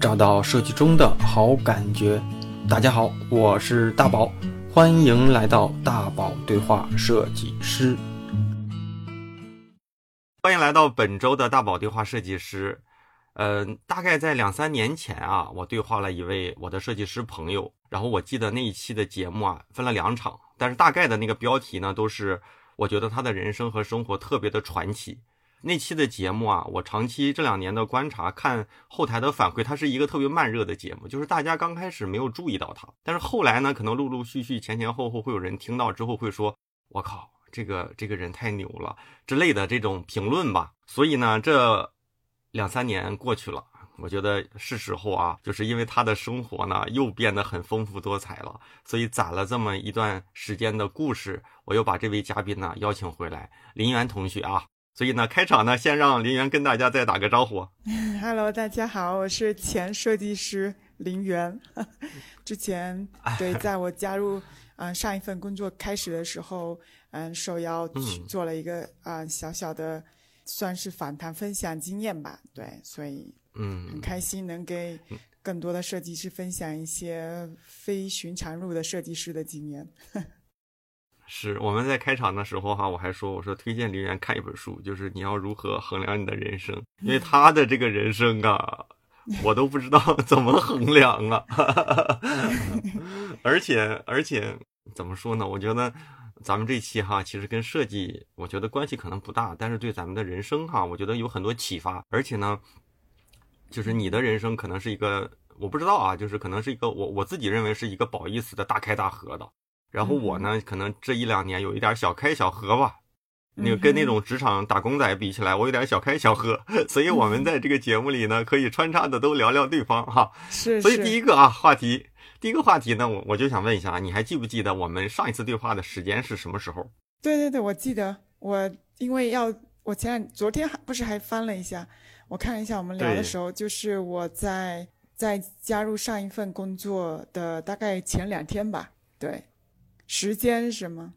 找到设计中的好感觉。大家好，我是大宝，欢迎来到大宝对话设计师。欢迎来到本周的大宝对话设计师。大概在2-3年前啊，我对话了一位我的设计师朋友，然后我记得那一期的节目啊分了2场，但是大概的那个标题呢都是我觉得他的人生和生活特别的传奇。那期的节目啊，我长期这2年的观察，看后台的反馈，它是一个特别慢热的节目，就是大家刚开始没有注意到它，但是后来呢，可能陆陆续续前前后后会有人听到之后会说，我靠，这个人太牛了之类的这种评论吧。所以呢，这2-3年过去了，我觉得是时候啊，就是因为他的生活呢又变得很丰富多彩了，所以攒了这么一段时间的故事，我又把这位嘉宾呢邀请回来，林源同学啊。所以呢，开场呢，先让林源跟大家再打个招呼。 Hello， 大家好，我是前设计师林源。之前在我加入上一份工作开始的时候，受邀去做了一个小小的算是访谈分享经验吧。对，所以很开心能给更多的设计师分享一些非寻常路的设计师的经验。 是我们在开场的时候哈，我还说推荐林源看一本书，就是你要如何衡量你的人生，因为他的这个人生啊，我都不知道怎么衡量啊。而且怎么说呢？我觉得咱们这期哈，其实跟设计我觉得关系可能不大，但是对咱们的人生哈，我觉得有很多启发。而且呢，就是你的人生可能是一个，我不知道啊，就是可能是一个我自己认为是一个褒义词的大开大合的。然后我呢，可能这1-2年有一点小开小合吧，那个跟那种职场打工仔比起来，我有点小开小合，所以我们在这个节目里呢，可以穿插的都聊聊对方哈。 是。 所以第一个话题呢，我就想问一下，你还记不记得我们上一次对话的时间是什么时候？ 对，我记得。因为昨天不是还翻了一下，我看了一下我们聊的时候，就是我在加入上一份工作的大概前2天吧。对。时间是什么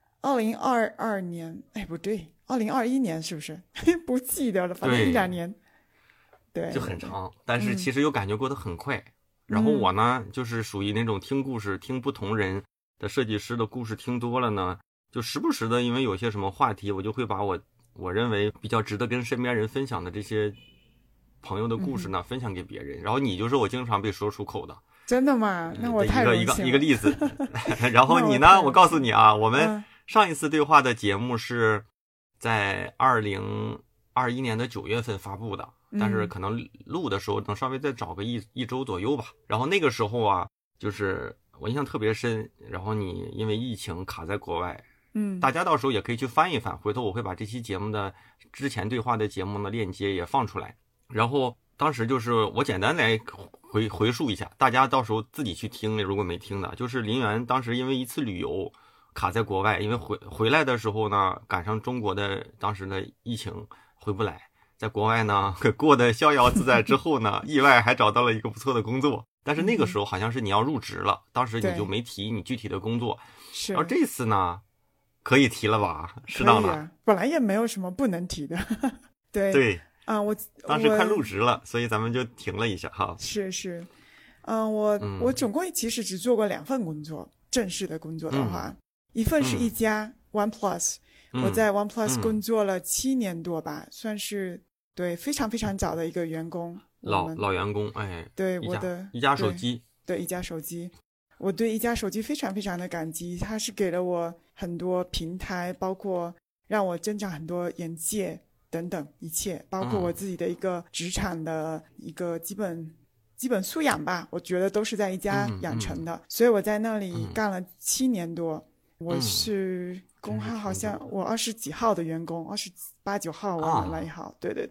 ？2022年，不对，2021年是不是？不记得了，反正1-2年。对， 就很长，但是其实又感觉过得很快。然后我呢，就是属于那种听故事，听不同人的设计师的故事听多了呢，就时不时的，因为有些什么话题，我就会把我认为比较值得跟身边人分享的这些朋友的故事呢，分享给别人。然后你就是我经常被说出口的。 真的吗？那我太荣幸了。 一个例子。然后你呢，我告诉你啊，我们上一次对话的节目是在2021年的9月份发布的，但是可能录的时候能稍微再找个一周左右吧。然后那个时候啊，就是我印象特别深，然后你因为疫情卡在国外，大家到时候也可以去翻一翻，回头我会把这期节目的之前对话的节目的链接也放出来。然后当时就是我简单来回述一下，大家到时候自己去听，如果没听的，就是林源当时因为一次旅游卡在国外，因为回来的时候呢，赶上中国的当时的疫情回不来，在国外呢过得逍遥自在之后呢，意外还找到了一个不错的工作，但是那个时候好像是你要入职了，当时你就没提你具体的工作。 是。 然后这次呢可以提了吧？适当的。 本来也没有什么不能提的。 对我当时快入职了，所以咱们就停了一下哈。 是。我总共其实只做过2份工作，正式的工作的话，一份是一家 OnePlus，我在 OnePlus 工作了7年多吧，算是对非常非常早的一个员工， 老员工。 对， 一家手机， 对一家手机，我对一家手机非常非常的感激，它是给了我很多平台，包括让我增长很多眼界等等一切，包括我自己的一个职场的一个基本素养吧，我觉得都是在一家养成的。所以我在那里干了7年多。我是工号好像我20几号的员工，28、9号忘了哪一号。对，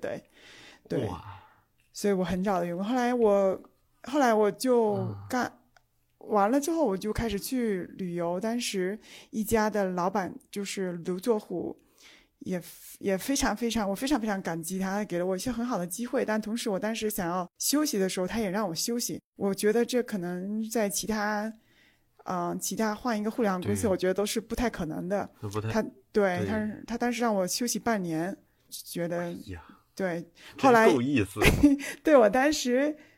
所以我很早的员工。后来我就干完了之后，我就开始去旅游。当时一家的老板就是刘作虎，也非常非常，我非常非常感激他，给了我一些很好的机会。但同时我当时想要休息的时候，他也让我休息。我觉得这可能在其他换一个互联网公司，我觉得都是不太可能的。他当时让我休息半年，觉得对。后来够意思。 对，我当时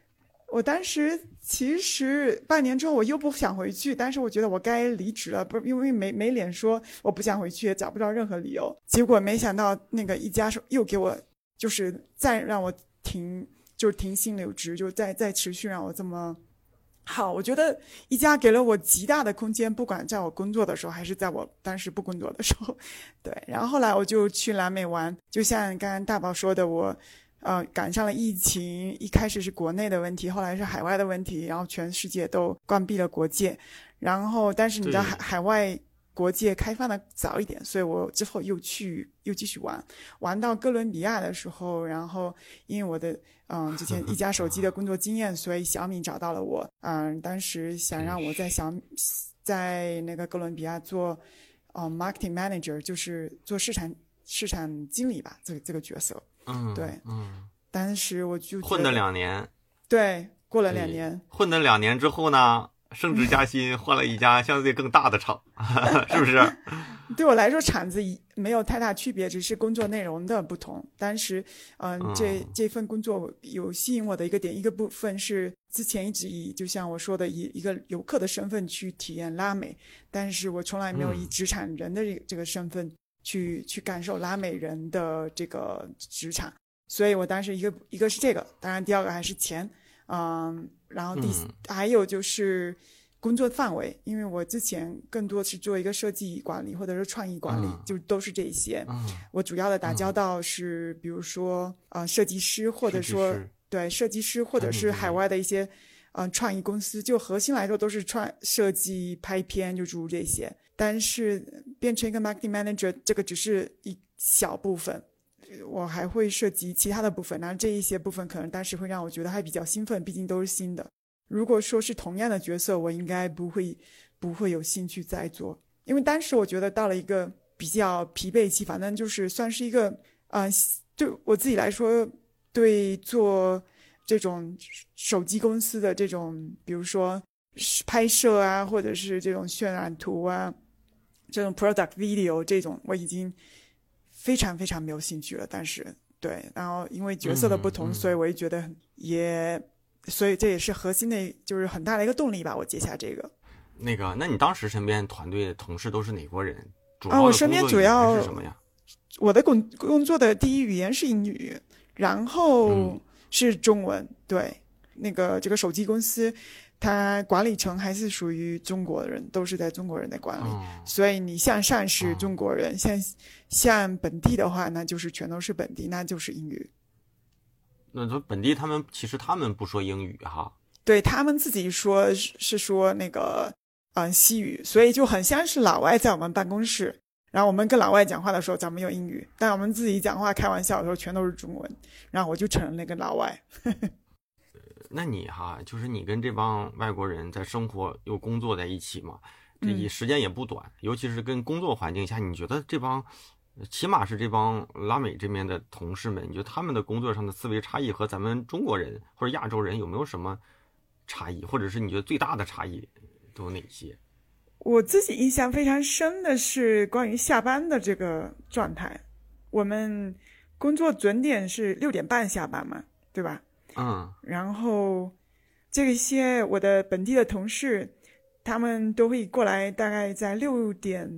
我当时其实半年之后我又不想回去，但是我觉得我该离职了，不是因为没脸说我不想回去，也找不着任何理由。结果没想到那个一家又给我就是再让我停薪留职，就再持续让我这么好。我觉得一家给了我极大的空间，不管在我工作的时候还是在我当时不工作的时候。对，然后后来我就去南美玩，就像刚刚大宝说的，我赶上了疫情，一开始是国内的问题，后来是海外的问题，然后全世界都关闭了国界，然后但是你知道海外国界开放的早一点，所以我之后又继续玩到哥伦比亚的时候，然后因为我的之前一家手机的工作经验，所以小米找到了我，当时想让我在那个哥伦比亚做marketing manager， 就是做市场经理吧，这个角色。对，当时我就混了2年， 对，过了2年， 混了2年之后呢，升职加薪，换了一家相对更大的厂，是不是？ 对我来说，厂子没有太大区别，只是工作内容的不同。当时，这份工作有吸引我的一个部分是之前一直就像我说的，以一个游客的身份去体验拉美，但是我从来没有以职场人的这个身份去感受拉美人的这个职场。所以我当时一个是这个，当然第二个还是钱，然后还有就是工作范围，因为我之前更多是做一个设计管理或者是创意管理，就都是这些。我主要的打交道是比如说设计师，或者说对设计师，或者是海外的一些创意公司，就核心来说都是设计拍片，就诸如这些。但是变成一个 marketing manager， 这个只是一小部分，我还会涉及其他的部分，然后这一些部分可能当时会让我觉得还比较兴奋，毕竟都是新的。如果说是同样的角色，我应该不会有兴趣再做，因为当时我觉得到了一个比较疲惫期，反正就是算是一个对我自己来说，对做这种手机公司的这种比如说拍摄啊，或者是这种渲染图啊，这种 product video 这种我已经非常非常没有兴趣了。但是对，然后因为角色的不同，所以我也觉得所以这也是核心的，就是很大的一个动力吧，我接下这个。 那你当时身边团队的同事都是哪国人？ 我身边主要是什么呀？ 我的工作的第一语言是英语，然后是中文。对，这个手机公司，它管理层还是属于中国人，都是在中国人的管理，所以你向上是中国人，向本地的话，那就是全都是本地，那就是英语。 那本地其实他们不说英语哈， 对，他们自己说是说那个西语，所以就很像是老外在我们办公室，然后我们跟老外讲话的时候咱们用英语，但我们自己讲话开玩笑的时候全都是中文，然后我就成了那个老外。 那你就是你跟这帮外国人在生活又工作在一起嘛，这时间也不短，尤其是跟工作环境下，你觉得起码是这帮拉美这边的同事们，你觉得他们的工作上的思维差异和咱们中国人或者亚洲人有没有什么差异，或者是你觉得最大的差异都有哪些？ 我自己印象非常深的是关于下班的这个状态。我们工作准点是6点半下班嘛，对吧？然后这些我的本地的同事，他们都会过来，大概在6点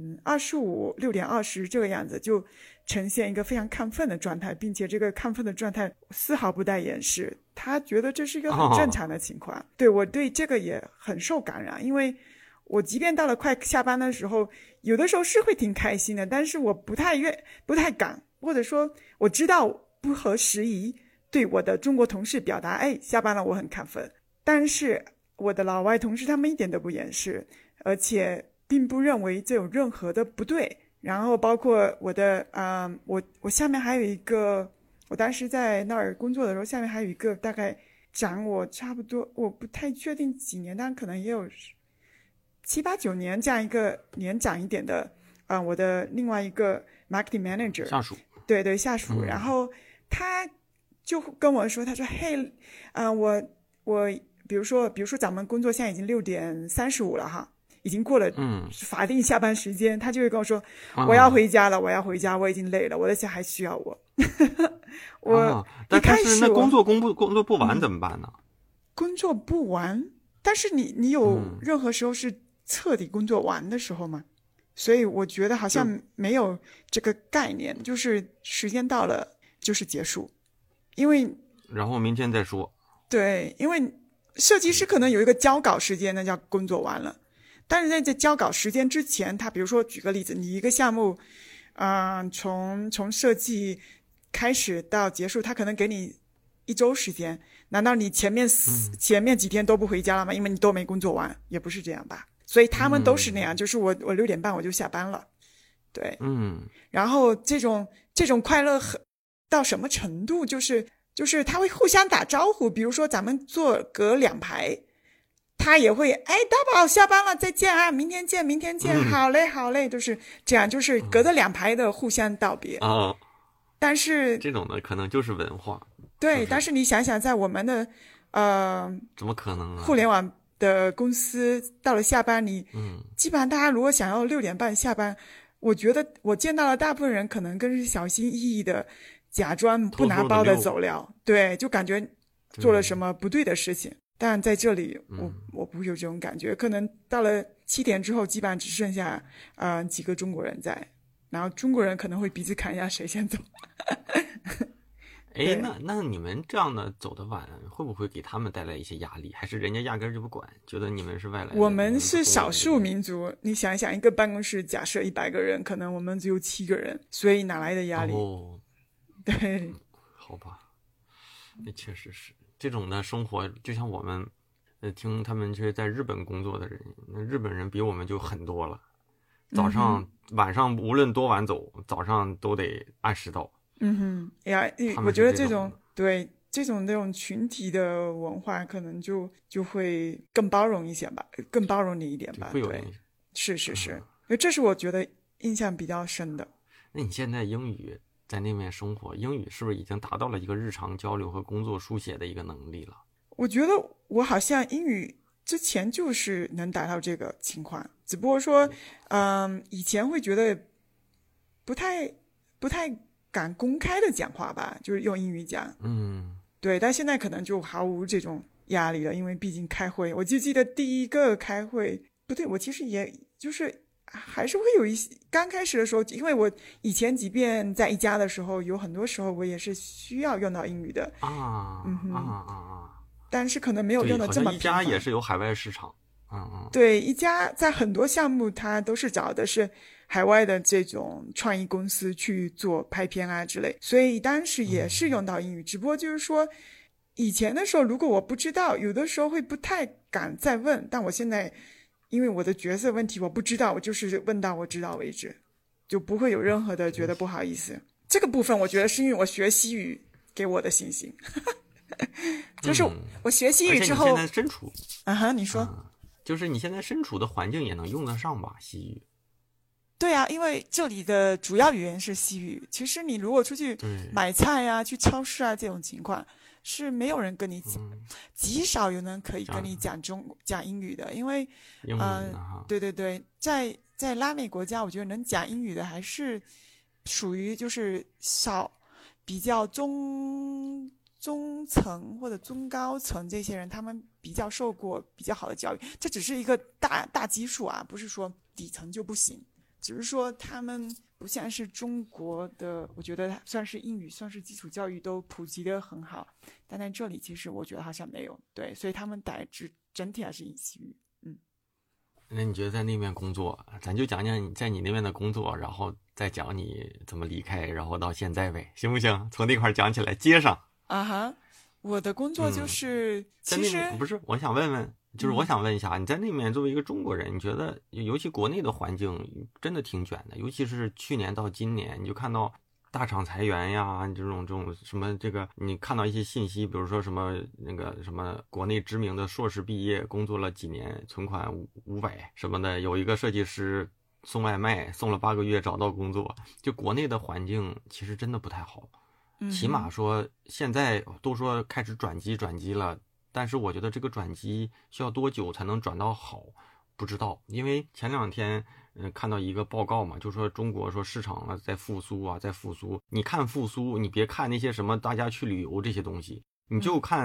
25、6点20这个样子，就呈现一个非常亢奋的状态，并且这个亢奋的状态丝毫不带掩饰，他觉得这是一个很正常的情况。对，我对这个也很受感染，因为我即便到了快下班的时候，有的时候是会挺开心的，但是我不太敢，或者说我知道不合时宜对我的中国同事表达，下班了我很亢奋，但是我的老外同事他们一点都不掩饰，而且并不认为这有任何的不对。然后包括我的我下面还有一个，我当时在那儿工作的时候，下面还有一个大概长我差不多，我不太确定几年，但可能也有7、8、9年这样一个年长一点的我的另外一个 marketing manager 下属， 对下属，然后他就跟我说，他说嘿我比如说咱们工作现在已经6点35了哈，已经过了法定下班时间，他就会跟我说我要回家了，我已经累了，我的小孩需要我。但是那工作不完怎么办呢？ 工作不完，但是你有任何时候是彻底工作完的时候吗？所以我觉得好像没有这个概念，就是时间到了就是结束，因为然后明天再说。 对，因为设计师可能有一个交稿时间，那叫工作完了。但是在这交稿时间之前，他比如说举个例子，你一个项目，从设计开始到结束，他可能给你1周时间，难道你前面几天都不回家了吗？因为你都没工作完，也不是这样吧？所以他们都是那样，就是我6点半我就下班了，对，然后这种快乐到什么程度，就是他会互相打招呼，比如说咱们坐隔2排。他也会大宝下班了，再见啊，明天见，好嘞，就是这样，就是隔着2排的互相道别啊。 但是这种的可能就是文化， 对，但是你想想，在我们的怎么可能啊？ 互联网的公司到了下班，你基本上大家如果想要6点半下班，我觉得我见到了大部分人可能更是小心翼翼的，假装不拿包的走了，对，就感觉做了什么不对的事情。但在这里我不会有这种感觉，可能到了7点之后基本上只剩下几个中国人在，然后中国人可能会彼此看一下谁先走。 那你们这样的走得晚会不会给他们带来一些压力？还是人家压根就不管，觉得你们是外来的？ 我们是少数民族，你想一想，一个办公室假设100个人，可能我们只有7个人，所以哪来的压力？对， 好吧，那确实是这种的生活，就像我们听他们这些在日本工作的人，那日本人比我们就很多了，早上晚上无论多晚走，早上都得按时到。 我觉得这种对这种那种群体的文化，可能就会更包容一些吧，更包容你一点吧。对，是，因为这是我觉得印象比较深的。 那你现在英语在那边生活，英语是不是已经达到了一个日常交流和工作书写的一个能力了？ 我觉得我好像英语之前就是能达到这个情况，只不过说，以前会觉得不太敢公开的讲话吧，就是用英语讲。对，但现在可能就毫无这种压力了，因为毕竟开会，我就记得第一个开会，不对，我其实也就是还是会有一些刚开始的时候，因为我以前即便在一家的时候，有很多时候我也是需要用到英语的但是可能没有用的这么频繁。 一家也是有海外市场。 对，一家在很多项目它都是找的是海外的这种创意公司去做拍片啊之类，所以当时也是用到英语，只不过就是说以前的时候如果我不知道，有的时候会不太敢再问，但我现在因为我的角色问题我不知道，我就是问到我知道为止，就不会有任何的觉得不好意思。这个部分我觉得是因为我学西语给我的信心就是我学西语之后， 而且你现在身处你说就是你现在身处的环境也能用得上吧，西语。 对啊，因为这里的主要语言是西语，其实你如果出去买菜啊，去超市啊，这种情况是没有人跟你讲，极少有人可以跟你讲英语的，因为英文对，在拉美国家，我觉得能讲英语的还是属于就是比较中层或者中高层这些人，他们比较受过比较好的教育，这只是一个大基数啊，不是说底层就不行，只是说他们不像是中国的，我觉得算是英语算是基础教育都普及的很好，但在这里其实我觉得好像没有，对，所以他们整体还是以西语。 那你觉得在那边工作，咱就讲讲你在你那边的工作，然后再讲你怎么离开，然后到现在呗，行不行？从那块讲起来接上。 我的工作就是，其实不是，我想问一下，你在那边作为一个中国人，你觉得尤其国内的环境真的挺卷的，尤其是去年到今年，你就看到大厂裁员呀，这种什么这个，你看到一些信息，比如说什么那个什么国内知名的硕士毕业，工作了几年，存款500什么的，有一个设计师送外卖送了8个月找到工作，就国内的环境其实真的不太好。起码说现在都说开始转机了，但是我觉得这个转机需要多久才能转到好不知道，因为前2天看到一个报告嘛，就说中国说市场在复苏，你看复苏，你别看那些什么大家去旅游这些东西，你就看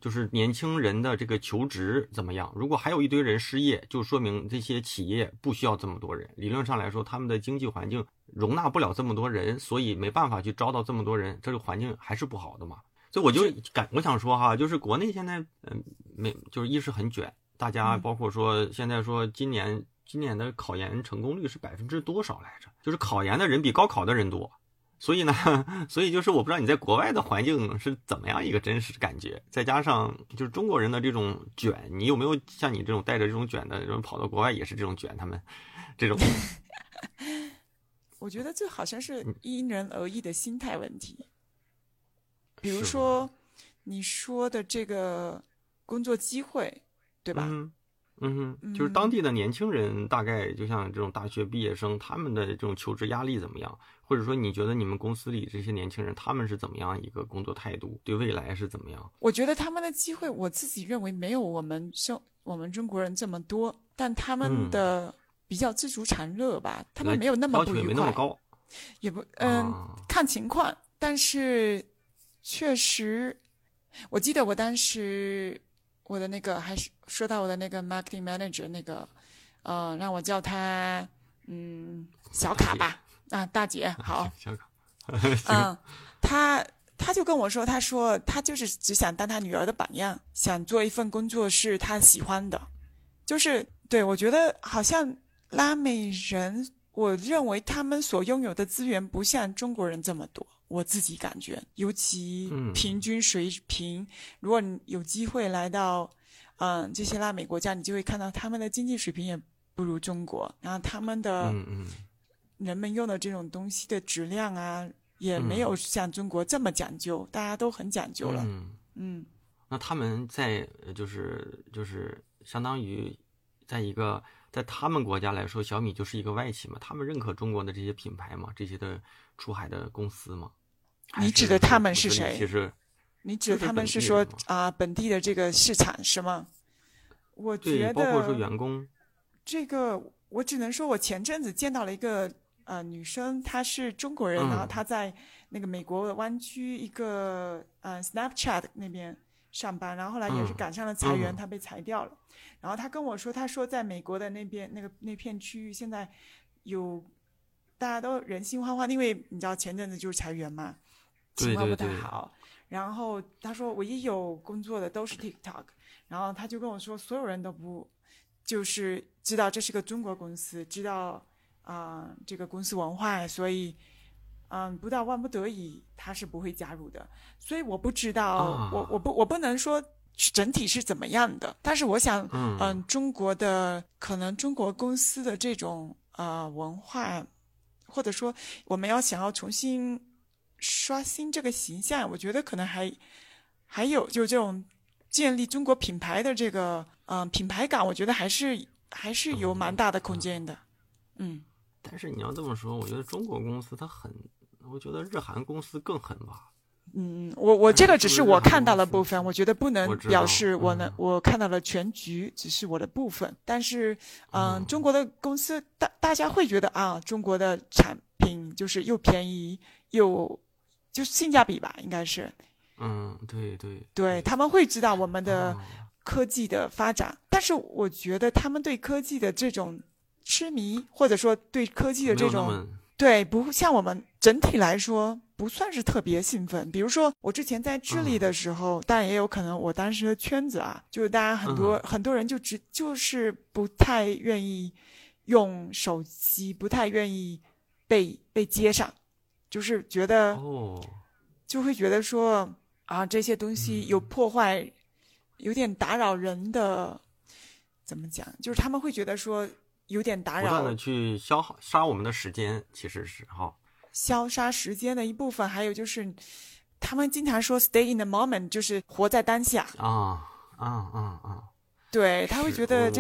就是年轻人的这个求职怎么样？如果还有一堆人失业，就说明这些企业不需要这么多人。理论上来说，他们的经济环境容纳不了这么多人，所以没办法去招到这么多人，这个环境还是不好的嘛。所以我想说哈，就是国内现在就是一是很卷，大家包括说现在说今年的考研成功率是多少来着？就是考研的人比高考的人多。所以呢，就是我不知道你在国外的环境是怎么样一个真实感觉，再加上就是中国人的这种卷，你有没有像你这种带着这种卷的人跑到国外也是这种卷？他们这种， 我觉得这好像是因人而异的心态问题。比如说你说的这个工作机会，对吧？ 就是当地的年轻人，大概就像这种大学毕业生，他们的这种求职压力怎么样？或者说，你觉得你们公司里这些年轻人，他们是怎么样一个工作态度？对未来是怎么样？ 我觉得他们的机会，我自己认为没有我们中国人这么多，但他们的比较知足常乐吧，他们没有那么不愉快， 要求也没那么高， 也不看情况，但是确实，我记得我当时。我的那个还是说到我的那个 marketing manager 那个，让我叫他小卡吧，大姐好， 小卡， 他就跟我说，他说他就是只想当他女儿的榜样，想做一份工作是他喜欢的，就是对我觉得好像拉美人，我认为他们所拥有的资源不像中国人这么多。我自己感觉，尤其平均水平，如果你有机会来到，这些拉美国家，你就会看到他们的经济水平也不如中国，然后他们的人们用的这种东西的质量啊，也没有像中国这么讲究，大家都很讲究了。 那他们在就是相当于在他们国家来说，小米就是一个外企嘛，他们认可中国的这些品牌嘛，这些的出海的公司嘛。 你指的他们是谁？ 其实你指的他们是说本地的这个市场是吗？我觉得包括说员工， 这个我只能说，我前阵子见到了一个女生，她是中国人，然后她在那个美国的湾区一个Snapchat 那边上班，然后后来也是赶上了裁员，她被裁掉了。然后她跟我说，她说在美国的那边那片区域现在有大家都人心惶惶，因为你知道前阵子就是裁员嘛。情况不太好，然后他说唯一有工作的都是 TikTok， 然后他就跟我说所有人都不就是知道这是个中国公司，知道这个公司文化，所以不到万不得已他是不会加入的。所以我不知道，我不能说整体是怎么样的，但是我想中国的可能中国公司的这种文化，或者说我们想要重新刷新这个形象，我觉得可能还有就这种建立中国品牌的这个品牌感，我觉得还是有蛮大的空间的。 但是你要这么说，我觉得中国公司它狠，我觉得日韩公司更狠吧。 我这个只是我看到的部分，我觉得不能表示我看到了全局，只是我的部分。但是中国的公司大家会觉得中国的产品就是又便宜又就是性价比吧，应该是。对，他们会知道我们的科技的发展，但是我觉得他们对科技的这种痴迷，或者说对科技的这种对，不像我们整体来说不算是特别兴奋。比如说我之前在智利的时候，当然也有可能我当时的圈子就是大家很多人就是不太愿意用手机，不太愿意被接上，就是觉得就会觉得说这些东西有破坏，有点打扰人的，怎么讲？就是他们会觉得说有点打扰， 不断的去杀我们的时间，其实是消杀时间的一部分。还有就是他们经常说 stay in the moment， 就是活在当下。 啊。 对，他会觉得这些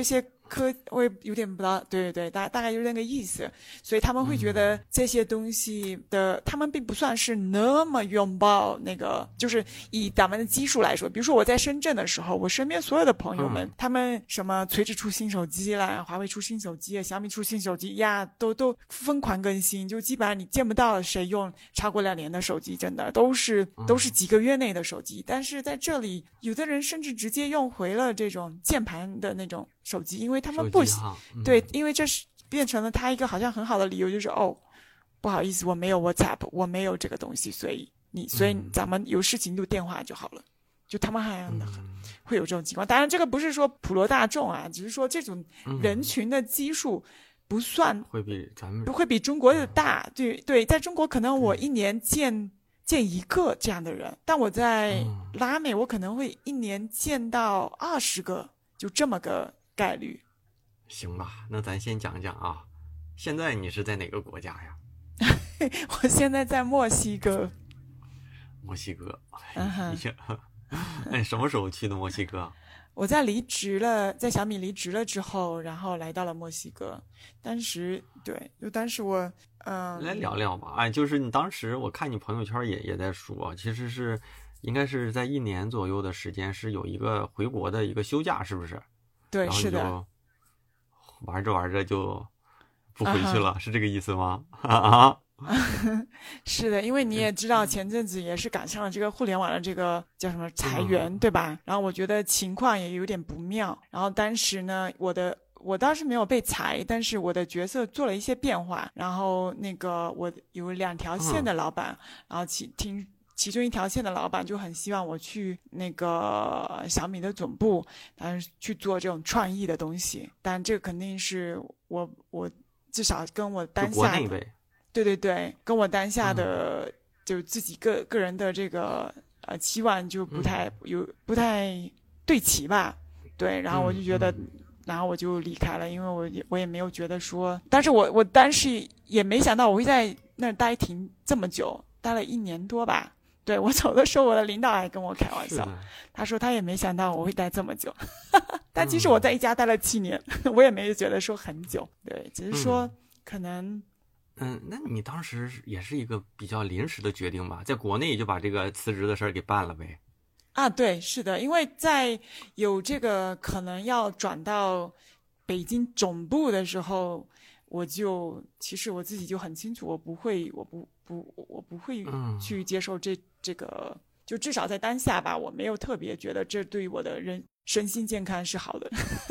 我也有点不知道，对，大概就是那个意思。所以他们会觉得这些东西的，他们并不算是那么拥抱那个，就是以咱们的基数来说，比如说我在深圳的时候，我身边所有的朋友们，他们什么垂直出新手机啦，华为出新手机，小米出新手机呀，都疯狂更新，就基本上你见不到谁用超过2年的手机，真的都是几个月内的手机。但是在这里，有的人甚至直接用回了这种键盘的那种手机，因为他们不对，因为这是变成了他一个好像很好的理由，就是不好意思，我没有 WhatsApp， 我没有这个东西，所以咱们有事情录电话就好了。就他们还会有这种情况。当然这个不是说普罗大众啊，只是说这种人群的基数不算会比咱们会比中国的大。对，在中国可能我一年见一个这样的人，但我在拉美我可能会一年见到20个，就这么个概率。 行吧，那咱先讲讲啊，现在你是在哪个国家呀？ 我现在在墨西哥。 墨西哥，哎，什么时候去的墨西哥？ 我在小米离职了之后，然后来到了墨西哥。当时我来聊聊吧。哎，就是你当时我看你朋友圈也在说，其实应该是在1年左右的时间是有一个回国的一个休假，是不是？ 对，是的。 玩着就不回去了，是这个意思吗？ 是的，因为你也知道前阵子也是赶上了这个互联网的这个叫什么裁员，对吧？然后我觉得情况也有点不妙。然后当时呢，我倒是没有被裁，但是我的角色做了一些变化。然后那个我有2条线的老板，然后其中一条线的老板就很希望我去那个小米的总部，去做这种创意的东西。但这个肯定是我至少跟我当下的对，跟我当下的就自己个人的这个期望就不太对齐吧。对，然后我就觉得，然后我就离开了，因为我也没有觉得说，但是我当时也没想到我会在那儿待这么久，待了1年多吧。对，我走的时候，我的领导还跟我开玩笑，他说他也没想到我会待这么久。但其实我在一家待了7年，我也没觉得说很久。对，只是说可能。 那你当时也是一个比较临时的决定吧？在国内就把这个辞职的事儿给办了呗？ 啊，对，是的，因为在有这个可能要转到北京总部的时候，其实我自己就很清楚，我不会去接受这个，就至少在当下吧，我没有特别觉得这对我的身心健康是好的。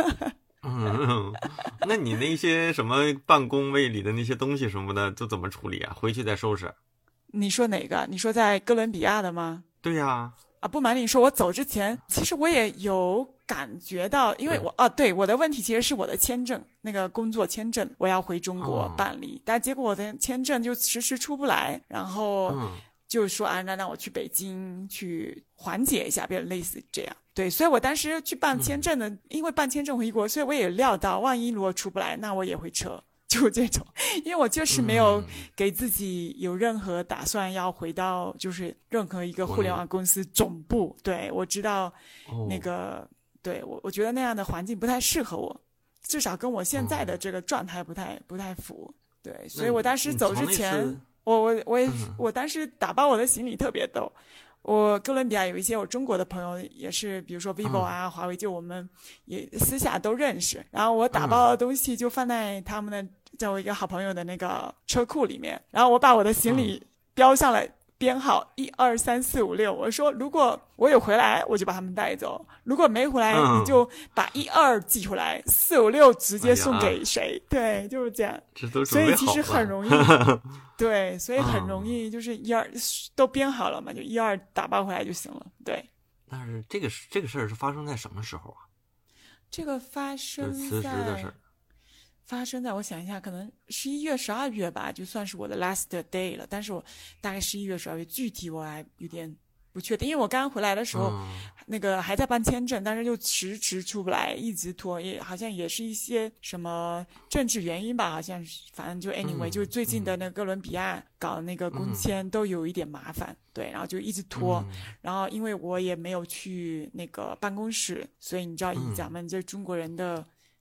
那你那些什么办公位里的那些东西什么的都怎么处理啊？回去再收拾？ 你说哪个？你说在哥伦比亚的吗？ 对呀。 不瞒你说，我走之前其实我也有感觉到，因为我的问题其实是我的签证，那个工作签证我要回中国办理，但结果我的签证就迟迟出不来，然后就说那让我去北京去缓解一下，别类似这样。对，所以我当时去办签证的，因为办签证回国，所以我也料到万一如果出不来，那我也会撤。就这种，因为我就是没有给自己有任何打算要回到就是任何一个互联网公司总部。对，我知道那个对我觉得那样的环境不太适合我，至少跟我现在的这个状态不太符。对，所以我当时走之前，我当时打包我的行李特别逗。我哥伦比亚有一些我中国的朋友，也是比如说 vivo 啊、华为，就我们也私下都认识。然后我打包的东西就放在他们的，在我一个好朋友的那个车库里面。然后我把我的行李标上了编号1、2、3、4、5、6。我说如果我有回来，我就把他们带走；如果没回来，你就把1、2寄回来，4、5、6直接送给谁？对，就是这样。所以其实很容易。对，所以很容易，就是1、2都编好了嘛，就1、2打包回来就行了。对。 但是这个事儿是发生在什么时候啊？ 这个发生辞职的事儿。 发生在我想一下，可能11月、12月吧，就算是我的 last day 了。但是我大概11月、12月，具体我还有点不确定，因为我刚回来的时候，那个还在办签证，但是就迟迟出不来，一直拖，也好像也是一些什么政治原因吧，好像反正就 anyway，就最近的那个哥伦比亚搞那个工签都有一点麻烦，对，然后就一直拖，然后因为我也没有去那个办公室，所以你知道以咱们这中国人的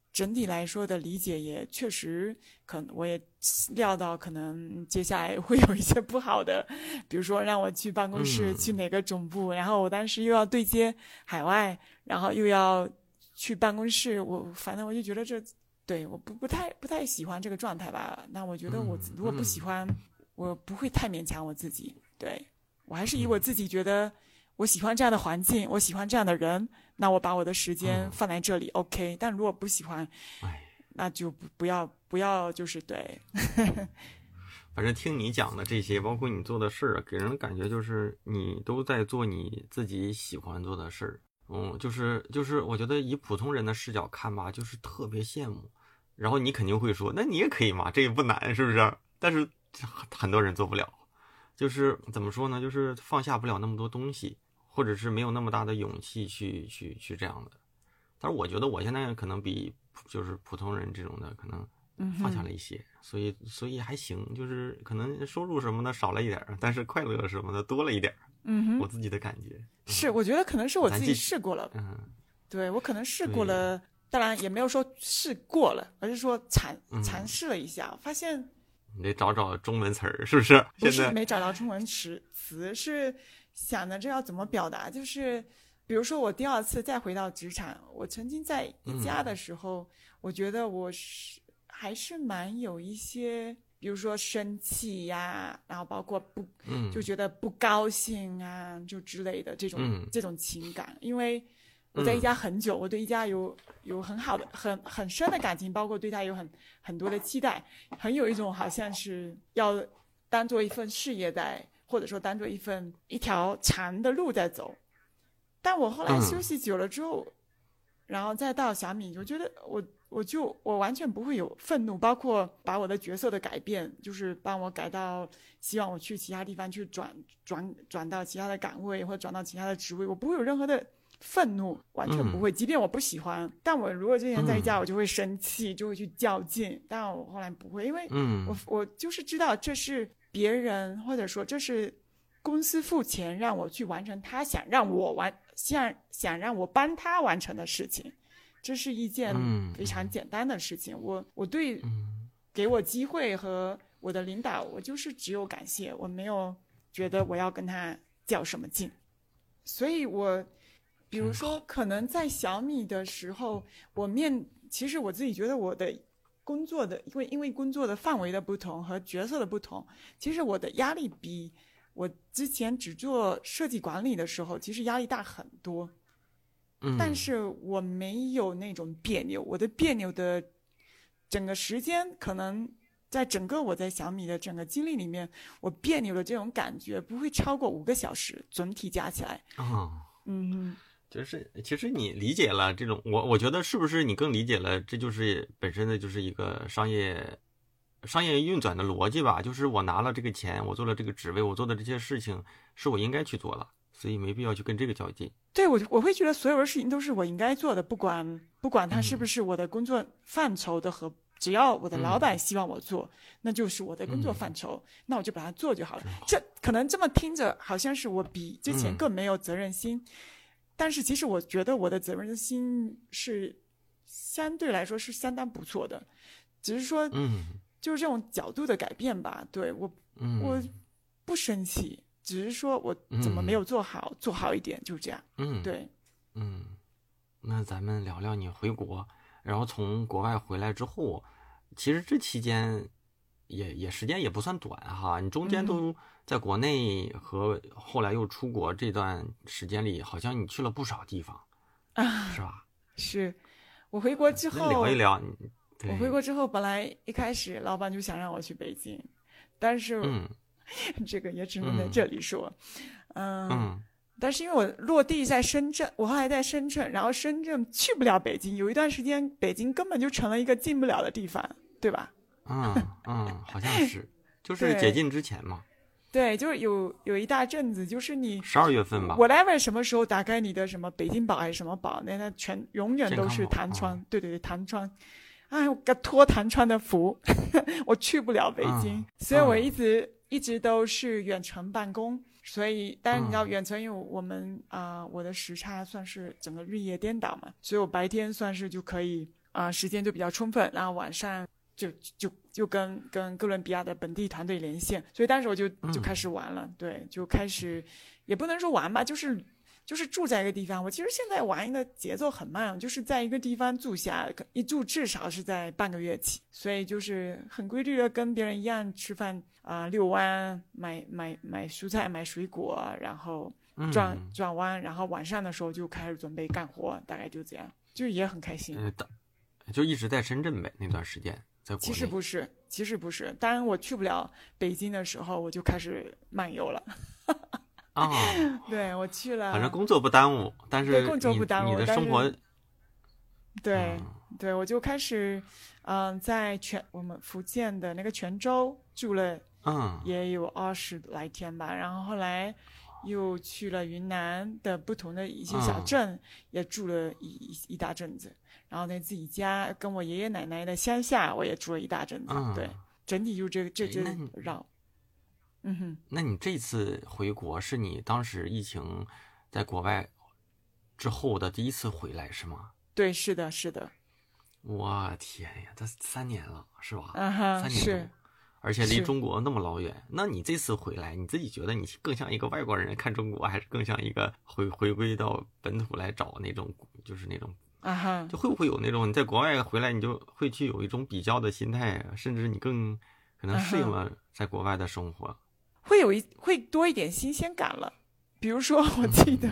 整体来说的理解也确实，可能我也料到可能接下来会有一些不好的，比如说让我去办公室，去哪个总部，然后我当时又要对接海外，然后又要去办公室，反正我就觉得对我不太喜欢这个状态吧。那我觉得我如果不喜欢，我不会太勉强我自己，对，我还是以我自己觉得我喜欢这样的环境，我喜欢这样的人，那我把我的时间放在这里，OK。但如果不喜欢，那就不要，就是对。 反正听你讲的这些，包括你做的事儿，给人的感觉就是你都在做你自己喜欢做的事儿。就是我觉得以普通人的视角看吧，就是特别羡慕。然后你肯定会说，那你也可以嘛，这也不难，是不是？但是很多人做不了，就是怎么说呢？就是放下不了那么多东西，或者是没有那么大的勇气去这样的。但是我觉得我现在可能比就是普通人这种的可能放下了一些，所以还行，就是可能收入什么的少了一点，但是快乐什么的多了一点。我自己的感觉是，我觉得可能是我自己试过了。对，我可能试过了。当然也没有说试过了，而是说尝试了一下，发现你得找中文词儿，是不是？ 不是没找到中文词，是想着这要怎么表达。就是比如说我第二次再回到职场，我曾经在一家的时候，我觉得我还是蛮有一些，比如说生气呀，然后包括就觉得不高兴啊，就之类的这种情感，因为我在一家很久，我对一家有很好的很深的感情，包括对他有很多的期待，很有一种好像是要当做一份事业在，或者说当做一条长的路在走。但我后来休息久了之后，然后再到小米，我觉得我完全不会有愤怒，包括把我的角色的改变，就是帮我改到希望我去其他地方去转到其他的岗位，或者转到其他的职位，我不会有任何的愤怒，完全不会。即便我不喜欢，但我如果之前在一家，我就会生气，就会去较劲。但我后来不会，因为我就是知道这是别人，或者说这是公司付钱让我去完成他想让我帮他完成的事情，这是一件非常简单的事情。我对给我机会和我的领导，我就是只有感谢，我没有觉得我要跟他较什么劲。所以比如说可能在小米的时候，其实我自己觉得我的工作的因为工作的范围的不同和角色的不同，其实我的压力比我之前只做设计管理的时候其实压力大很多。但是我没有那种别扭，我的别扭的整个时间可能在整个我在小米的整个经历里面，我别扭的这种感觉不会超过5个小时，整体加起来。 就是其实你理解了这种，我觉得是不是你更理解了，这就是本身的就是一个商业运转的逻辑吧？就是我拿了这个钱，我做了这个职位，我做的这些事情是我应该去做的，所以没必要去跟这个较劲。 对，我会觉得所有的事情都是我应该做的，不管它是不是我的工作范畴的和只要我的老板希望我做，那就是我的工作范畴，那我就把它做就好了。这可能这么听着好像是我比之前更没有责任心，但是其实我觉得我的责任心是相对来说是相当不错的，只是说就是这种角度的改变吧。对，我不生气，只是说我怎么没有做好一点，就是这样。对。 那咱们聊聊你回国，然后从国外回来之后，其实这期间也时间也不算短哈，你中间都在国内和后来又出国这段时间里，好像你去了不少地方是吧？ 是我回国之后聊一聊。 我回国之后，本来一开始老板就想让我去北京，但是这个也只能在这里说。但是因为我落地在深圳，我后来在深圳，然后深圳去不了北京，有一段时间北京根本就成了一个进不了的地方，对吧？ 好像是，就是解禁之前嘛。 对，就是有一大阵子，就是你 12月份吧 ，whatever 什么时候打开你的什么北京宝还是什么宝，那它永远都是弹窗，对，弹窗。哎，我托弹窗的福，我去不了北京，所以我一直都是远程办公。所以当然你要远程，因为我的时差算是整个日夜颠倒嘛，所以我白天算是就可以时间就比较充分，然后晚上就跟哥伦比亚的本地团队连线，所以当时我就开始玩了，对，就开始也不能说玩吧，就是住在一个地方。我其实现在玩的节奏很慢，就是在一个地方住下，一住至少是在半个月起，所以就是很规律的跟别人一样吃饭遛弯，买蔬菜买水果，然后转弯，然后晚上的时候就开始准备干活，大概就这样，就也很开心。 就一直在深圳呗，那段时间在国内。 其实不是，当然我去不了北京的时候，我就开始漫游了。对，我去了， 反正工作不耽误，但是工作不耽误， 你的生活， 对，我就开始，在我们福建的那个泉州住了，也有20来天吧，然后后来又去了云南的不同的一些小镇，也住了一大阵子，然后在自己家跟我爷爷奶奶的乡下，我也住了一大阵子，对，整体就这绕。 那你这次回国是你当时疫情在国外之后的第一次回来是吗？ 对，是的。 我天呀，这3年了是吧？3年是， 而且离中国那么老远。那你这次回来，你自己觉得你更像一个外国人看中国，还是更像一个回归到本土来找那种，就是那种就会不会有那种你在国外回来，你就会去有一种比较的心态，甚至你更可能适应了在国外的生活？ 会多一点新鲜感了。比如说我记得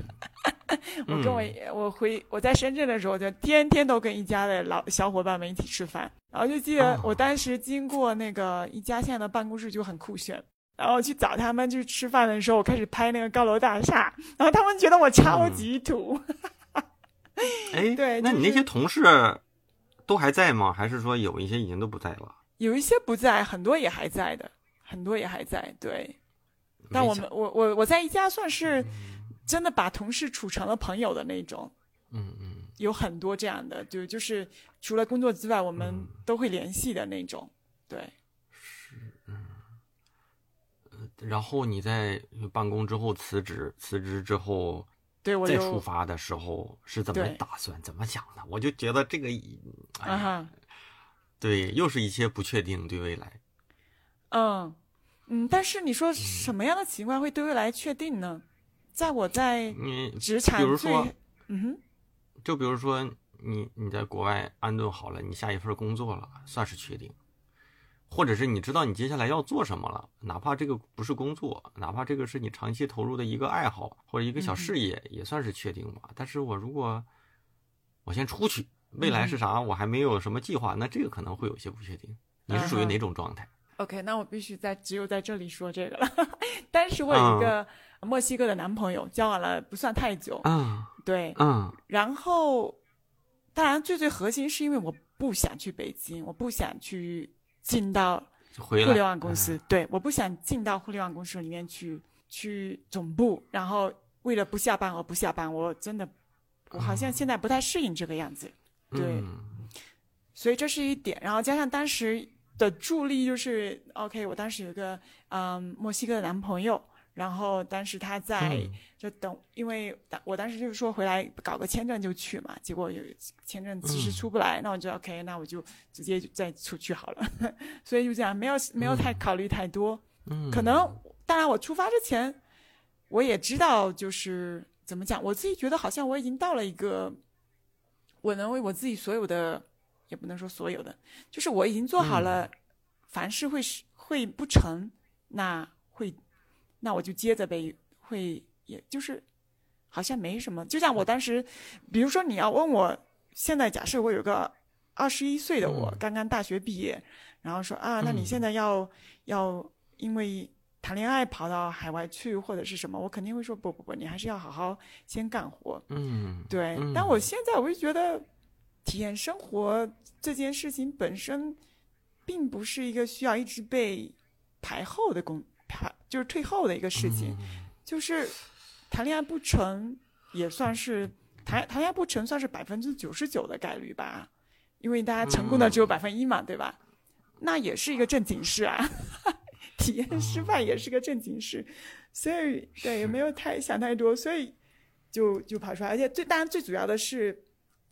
我在深圳的时候，就天天都跟一家的小伙伴们一起吃饭，然后就记得我当时经过那个一家现在的办公室就很酷炫，然后去找他们去吃饭的时候，我开始拍那个高楼大厦，然后他们觉得我超级土。对， 那你那些同事都还在吗？还是说有一些已经都不在了？ 有一些不在，很多也还在的，对。但我在一家算是真的把同事处成了朋友的那种，有很多这样的，就是除了工作之外，我们都会联系的那种，对。 是，然后你在办公之后辞职之后， 对我再出发的时候是怎么打算、怎么想的？我就觉得这个，对，又是一些不确定对未来。 但是你说什么样的情况会对未来确定呢？在我在职场就比如说你在国外安顿好了，你下一份工作了，算是确定，或者是你知道你接下来要做什么了，哪怕这个不是工作，哪怕这个是你长期投入的一个爱好或者一个小事业，也算是确定吧。但是如果我先出去，未来是啥，我还没有什么计划，那这个可能会有些不确定。你是属于哪种状态 ？OK， 那我必须只有在这里说这个了。但是我有一个墨西哥的男朋友，交往了不算太久。对。然后，当然最核心是因为我不想去北京，我不想去进到互联网公司。对，我不想进到互联网公司里面去总部，然后为了不下班而不下班，我好像现在不太适应这个样子。对。所以这是一点，然后加上当时的助力就是 OK， 我当时有一个墨西哥的男朋友，然后当时他在就等，因为我当时就是说回来搞个签证就去嘛，结果有签证迟迟出不来，那我就 OK， 那我就直接再出去好了。所以就这样，没有太考虑太多。可能当然我出发之前我也知道，就是怎么讲，我自己觉得好像我已经到了一个我能为我自己所有的，也不能说所有的，就是我已经做好了，凡事会不成，那我就接着呗，也就是好像没什么。就像我当时，比如说你要问我，现在假设我有个21岁的我，刚刚大学毕业，然后说那你现在要因为谈恋爱跑到海外去或者是什么，我肯定会说不，你还是要好好先干活。对。但我现在我就觉得体验生活这件事情本身并不是一个需要一直被排后的就是退后的一个事情。就是谈恋爱不成也算是谈恋爱不成算是99%的概率吧，因为大家成功的只有1%嘛，对吧？那也是一个正经事啊。体验失败也是个正经事，所以对也没有想太多，所以就跑出来。而且当然最主要的是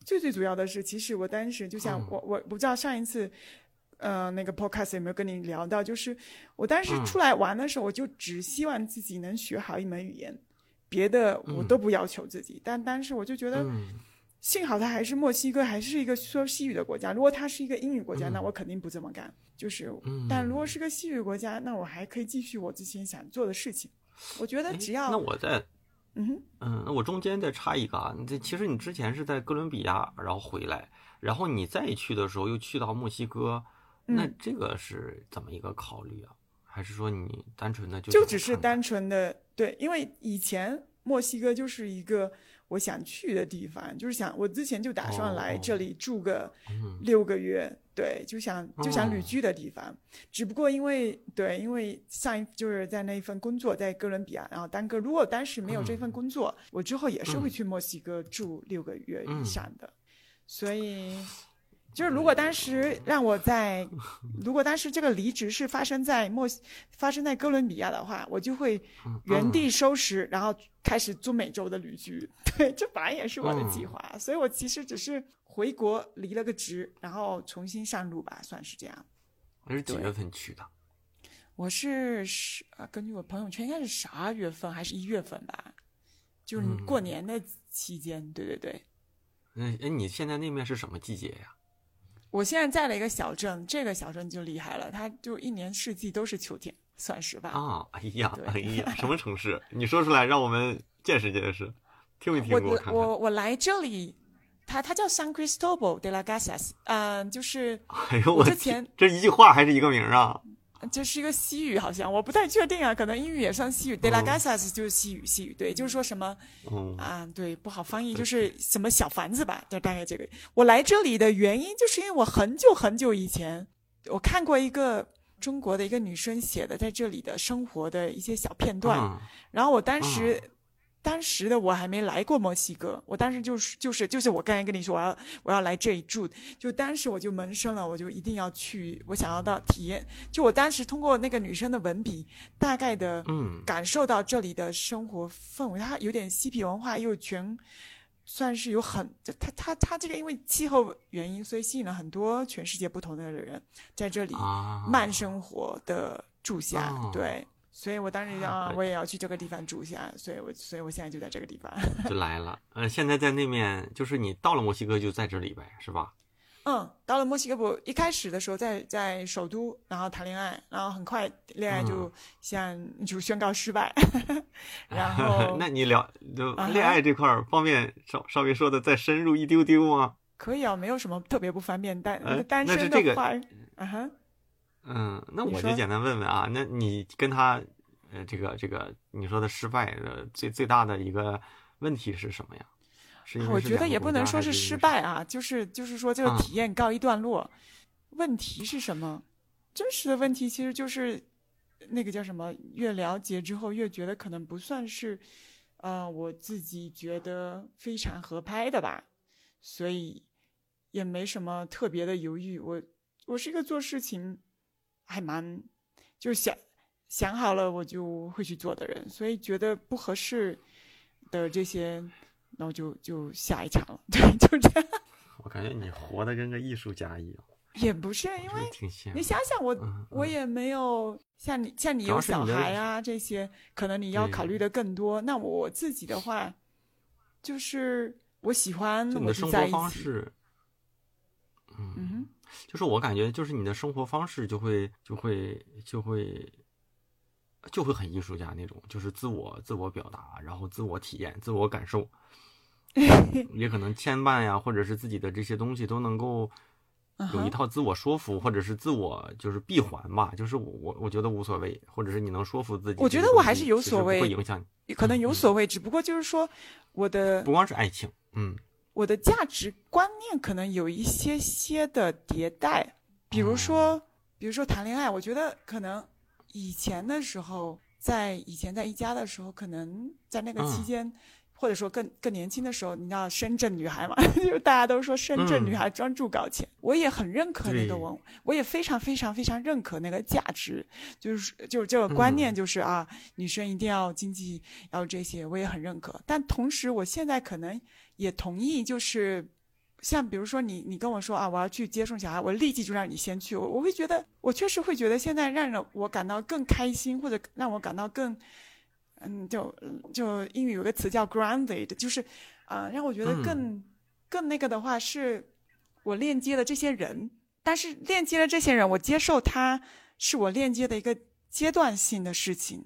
最主要的是，其实我当时就像我不知道上一次那个 podcast 有没有跟你聊到，就是我当时出来玩的时候，我就只希望自己能学好一门语言，别的我都不要求自己。但当时我就觉得，幸好它还是墨西哥，还是一个说西语的国家。如果它是一个英语国家，那我肯定不这么干。就是，但如果是个西语国家，那我还可以继续我之前想做的事情。我觉得只要那我在那我中间再插一个啊，其实你之前是在哥伦比亚，然后回来，然后你再去的时候又去到墨西哥，那这个是怎么一个考虑啊？还是说你单纯的就只是单纯的对？因为以前墨西哥就是一个我想去的地方，就是我之前就打算来这里住个6个月，对，就想旅居的地方。只不过因为就是在那一份工作在哥伦比亚，然后如果当时没有这份工作，我之后也是会去墨西哥住6个月以上的，所以。就是如果当时这个离职是发生在哥伦比亚的话，我就会原地收拾，然后开始中美洲的旅居。对，这本来也是我的计划，所以我其实只是回国离了个职，然后重新上路吧，算是这样。 我是几月份去的？ 我是根据我朋友圈应该是12月份还是1月份吧，就是过年的期间。对对对。 你现在那边是什么季节呀？ 我现在在了一个小镇，这个小镇就厉害了，它就一年四季都是秋天，算是吧。 啊，哎呀，什么城市？你说出来让我们见识见识，听一听我看看。 我来这里，它叫 San Cristobal de las Casas， 就是我之前这一句话还是一个名啊？ 这是一个西语，好像我不太确定啊，可能英语也算西语。de las Casas 就是西语，对，就是说什么对，不好翻译，就是什么小房子吧，就大概这个。我来这里的原因就是因为我很久很久以前我看过一个中国的一个女生写的在这里的生活的一些小片段，然后我当时的我还没来过墨西哥，我当时就是我刚才跟你说我要来这里住，就当时我就萌生了，我就一定要去，我想要到体验。就我当时通过那个女生的文笔，大概的感受到这里的生活氛围，它有点嬉皮文化，又算是有它这个因为气候原因，所以吸引了很多全世界不同的人在这里慢生活的住下，对。所以我当时我也要去这个地方住一下，所以我现在就在这个地方就来了。现在在那面，就是你到了墨西哥就在这里呗，是吧？ 到了墨西哥，我一开始的时候在首都，然后谈恋爱，然后很快恋爱就宣告失败，然后那你恋爱这块方便稍微说的再深入一丢丢吗？ 可以啊，没有什么特别不方便，单身的话， 那我就简单问问啊，那你跟他，这个你说的失败的最大的一个问题是什么呀？ 我觉得也不能说是失败啊，就是说这个体验告一段落。问题是什么？真实的问题其实就是那个叫什么？越了解之后越觉得可能不算是，我自己觉得非常合拍的吧，所以也没什么特别的犹豫。我是一个做事情还蛮就是想好了我就会去做的人，所以觉得不合适的这些，然后就下一场了。对，就这样。 我感觉你活得跟个艺术家一样。 也不是，因为你想想我也没有像你有小孩啊这些，可能你要考虑的更多。那我自己的话，就是我喜欢我就在一起。 方式，就是我感觉就是你的生活方式就会很艺术家那种，就是自我表达，然后自我体验、自我感受，也可能牵绊呀，或者是自己的这些东西都能够有一套自我说服，或者是自我就是闭环吧，就是我觉得无所谓，或者是你能说服自己。 我觉得我还是有所谓， 不会影响你， 可能有所谓，只不过就是说我的不光是爱情， 我的价值观念可能有一些的迭代，比如说谈恋爱，我觉得可能以前的时候，在一家的时候，可能在那个期间。或者说更年轻的时候，你知道深圳女孩嘛，就大家都说深圳女孩专注搞钱，我也很认可那个我也非常非常非常认可那个价值，就是这个观念，就是女生一定要经济要这些，我也很认可。但同时，我现在可能也同意，就是像比如说你跟我说啊，我要去接送小孩，我立即就让你先去，我会觉得，我确实会觉得现在让我感到更开心，或者让我感到更，就英语有个词叫 grounded，就是让我觉得更那个的话，是我链接了这些人，但是链接了这些人，我接受他是我链接的一个阶段性的事情。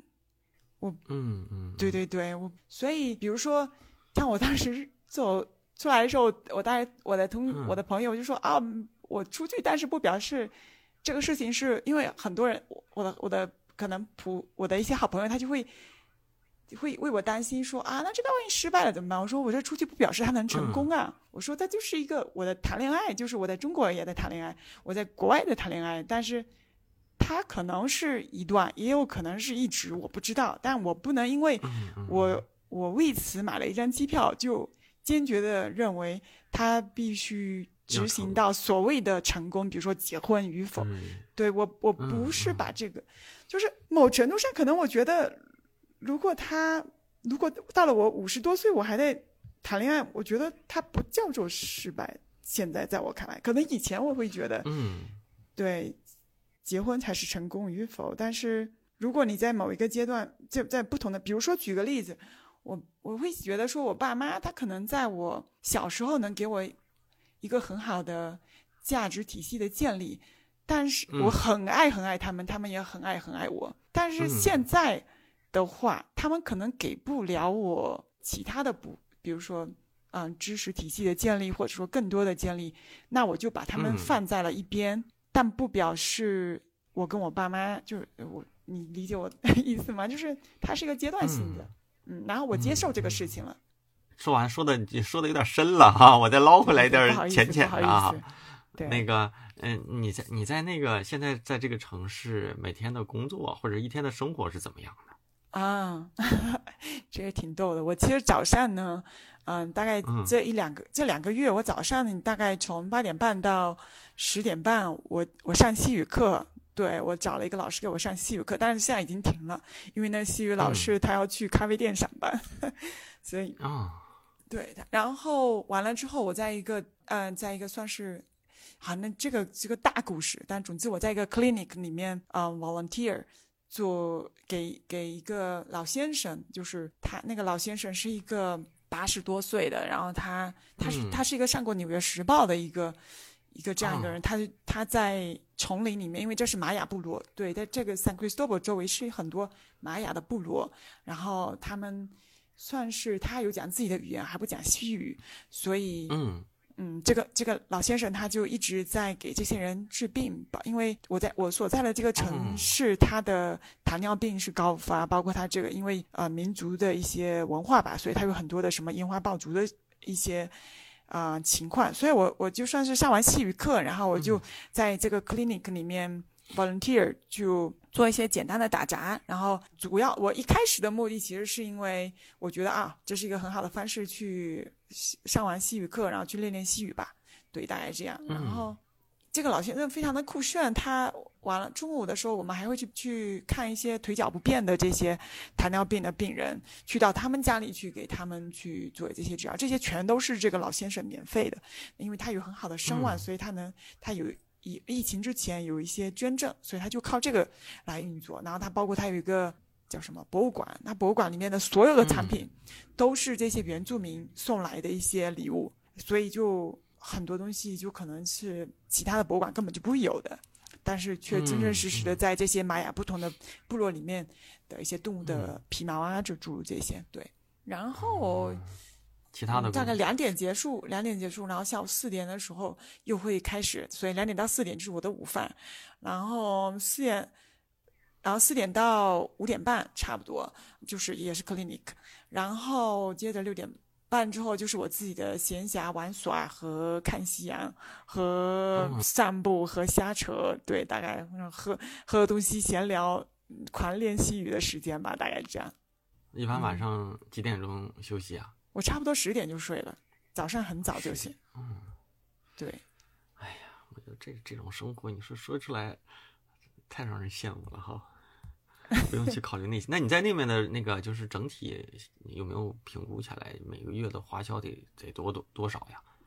对，所以比如说像我当时走出来的时候，我的朋友就说啊，我出去，但是不表示这个事情是因为很多人，我的可能我的一些好朋友，他就会为我担心说啊，那这个万一失败了怎么办？我说我这出去不表示他能成功啊，我说他就是一个我的谈恋爱，就是我在中国也在谈恋爱，我在国外的谈恋爱，但是他可能是一段，也有可能是一直，我不知道，但我不能因为我为此买了一张机票就坚决的认为他必须执行到所谓的成功，比如说结婚与否。对，我不是把这个，就是某程度上可能我觉得，如果到了我50多岁我还在谈恋爱，我觉得他不叫做失败。现在在我看来，可能以前我会觉得对，结婚才是成功与否，但是如果你在某一个阶段，就在不同的，比如说举个例子，我会觉得说我爸妈他可能在我小时候能给我一个很好的价值体系的建立，但是我很爱很爱他们，他们也很爱很爱我，但是现在的话他们可能给不了我其他的比如说知识体系的建立，或者说更多的建立，那我就把他们放在了一边，但不表示我跟我爸妈就是你理解我的意思吗？就是它是一个阶段性的然后我接受这个事情了。 说的有点深了哈，我再捞回来一点浅的啊。 对， 那个你在那个现在在这个城市每天的工作或者一天的生活是怎么样的？ 这也挺逗的。我其实早上呢大概这2个月，我早上大概从8点半到10点半我上西语课。对，我找了一个老师给我上西语课，但是现在已经停了，因为那西语老师他要去咖啡店上班，所以对。然后完了之后，我在一个算是那这个大故事，但总之我在一个 clinic 里面volunteer 做给一个老先生，就是他那个老先生是一个80多岁的，然后他是一个上过《纽约时报》的一个这样一个人，他在丛林里面，因为这是玛雅部落，对，在这个 San Cristobal 周围是很多玛雅的部落，然后他们算是他有讲自己的语言，还不讲西语，所以这个老先生他就一直在给这些人治病吧，因为我所在的这个城市，他的糖尿病是高发，包括他这个因为民族的一些文化吧，所以他有很多的什么烟花爆竹的一些情况，所以我就算是上完西语课，然后我就在这个 clinic 里面 volunteer 就做一些简单的打杂，然后主要我一开始的目的其实是因为我觉得这是一个很好的方式去上完西语课，然后去练练西语吧，对，大概这样。然后这个老先生非常的酷炫，他完了中午的时候，我们还会去看一些腿脚不便的这些糖尿病的病人，去到他们家里去给他们去做这些治疗，这些全都是这个老先生免费的，因为他有很好的声望，所以他有疫情之前有一些捐赠，所以他就靠这个来运作。然后包括他有一个叫什么博物馆，那博物馆里面的所有的产品都是这些原住民送来的一些礼物，所以就很多东西就可能是其他的博物馆根本就不会有的，但是却真真实实的在这些玛雅不同的部落里面的一些动物的皮毛就诸如这些。对，然后其他的大概2点结束，然后下午4点的时候又会开始，所以2点到4点就是我的午饭，然后4点到5点半差不多就是也是 clinic， 然后接着6点半之后就是我自己的闲暇玩耍和看夕阳和散步和瞎扯，对，大概喝东西闲聊狂练西语的时间吧，大概这样。 一般晚上几点钟休息啊？ 我差不多10点就睡了，早上很早就醒。对。 哎呀，我觉得这种生活，你说出来太让人羡慕了哈。不用去考虑那些。那你在那边的那个就是整体有没有评估下来每个月的花销得多少呀？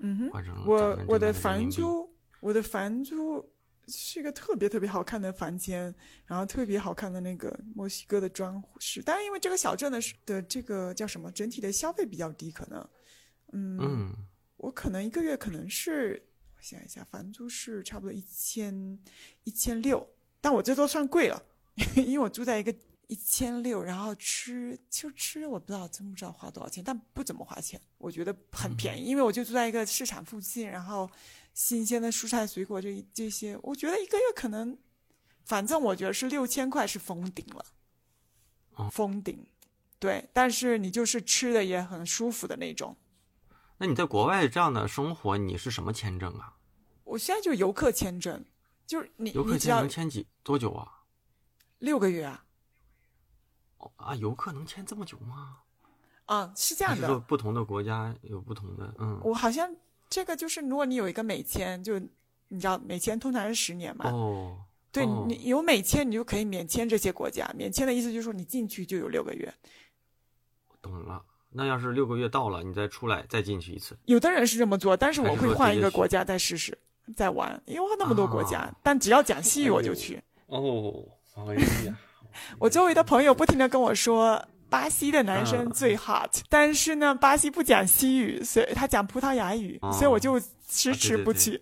换成我的咱们这边我的房租是一个特别特别好看的房间，然后特别好看的那个墨西哥的装饰，但是因为这个小镇的这个叫什么，整体的消费比较低，可能，我可能一个月可能是，我想一下，房租是差不多1600，但我这都算贵了，因为我住在一个1600，然后吃我不知道真不知道花多少钱，但不怎么花钱，我觉得很便宜，因为我就住在一个市场附近，然后新鲜的蔬菜水果这些，我觉得一个月可能，反正我觉得是6000块是封顶了，封顶，对，但是你就是吃的也很舒服的那种。 那你在国外这样的生活，你是什么签证啊？ 我现在就游客签证，就是游客签能签多久啊 ？6个月啊。 游客能签这么久吗？ 是这样的。 还是说不同的国家有不同的？ 我好像这个就是，如果你有一个美签，就你知道美签通常是10年嘛。对，你有美签，你就可以免签这些国家。免签的意思就是说你进去就有6个月。 懂了。那要是6个月到了，你再出来再进去一次？ 有的人是这么做，但是我会换一个国家再试试再玩，因为那么多国家，但只要讲西语我就去。 哎呀。 我周围的朋友不停地跟我说，巴西的男生最 hot，但是呢，巴西不讲西语，所以他讲葡萄牙语，所以我就迟迟不去。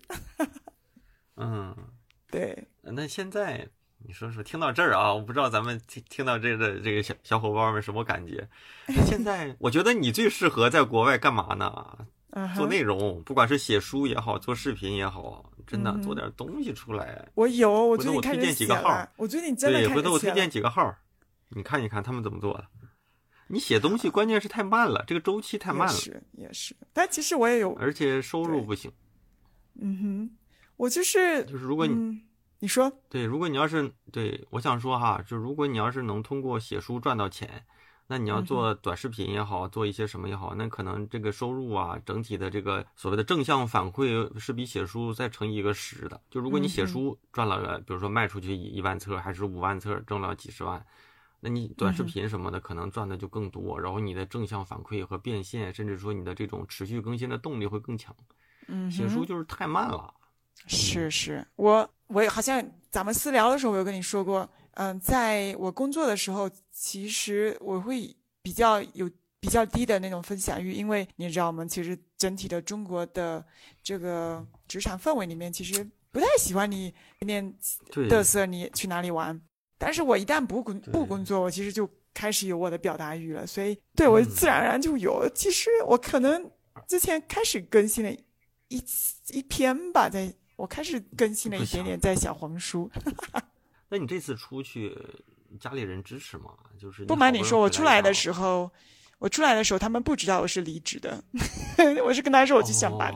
对。 那现在你说听到这儿啊，我不知道咱们听到这个小伙伴们什么感觉。现在我觉得你最适合在国外干嘛呢？做内容，不管是写书也好，做视频也好，真的做点东西出来。 我最近开始写了，我最近真的开始写了。 回头我推荐几个号，你看一看他们怎么做的。你写东西关键是太慢了，这个周期太慢了。 也是，但其实我也有， 而且收入不行。 我就是如果你说对，如果你要是我想说哈，就如果你要是能通过写书赚到钱，那你要做短视频也好，做一些什么也好，那可能这个收入啊，整体的这个所谓的正向反馈是比写书再乘以一个10的。就如果你写书赚了比如说卖出去1万册还是5万册，挣了几十万，那你短视频什么的可能赚的就更多，然后你的正向反馈和变现，甚至说你的这种持续更新的动力会更强。写书就是太慢了。 是，我好像咱们私聊的时候我有跟你说过，在我工作的时候，其实我会比较低的那种分享欲，因为你知道我们其实整体的中国的这个职场氛围里面，其实不太喜欢你天天嘚瑟你去哪里玩。但是我一旦不工作，我其实就开始有我的表达欲了，所以对我自然而然就有。其实我可能之前开始更新了一篇吧，我开始更新了一点点在小红书。 那你这次出去，家里人支持吗？就是不瞒你说，我出来的时候，他们不知道我是离职的，我是跟他说我去上班。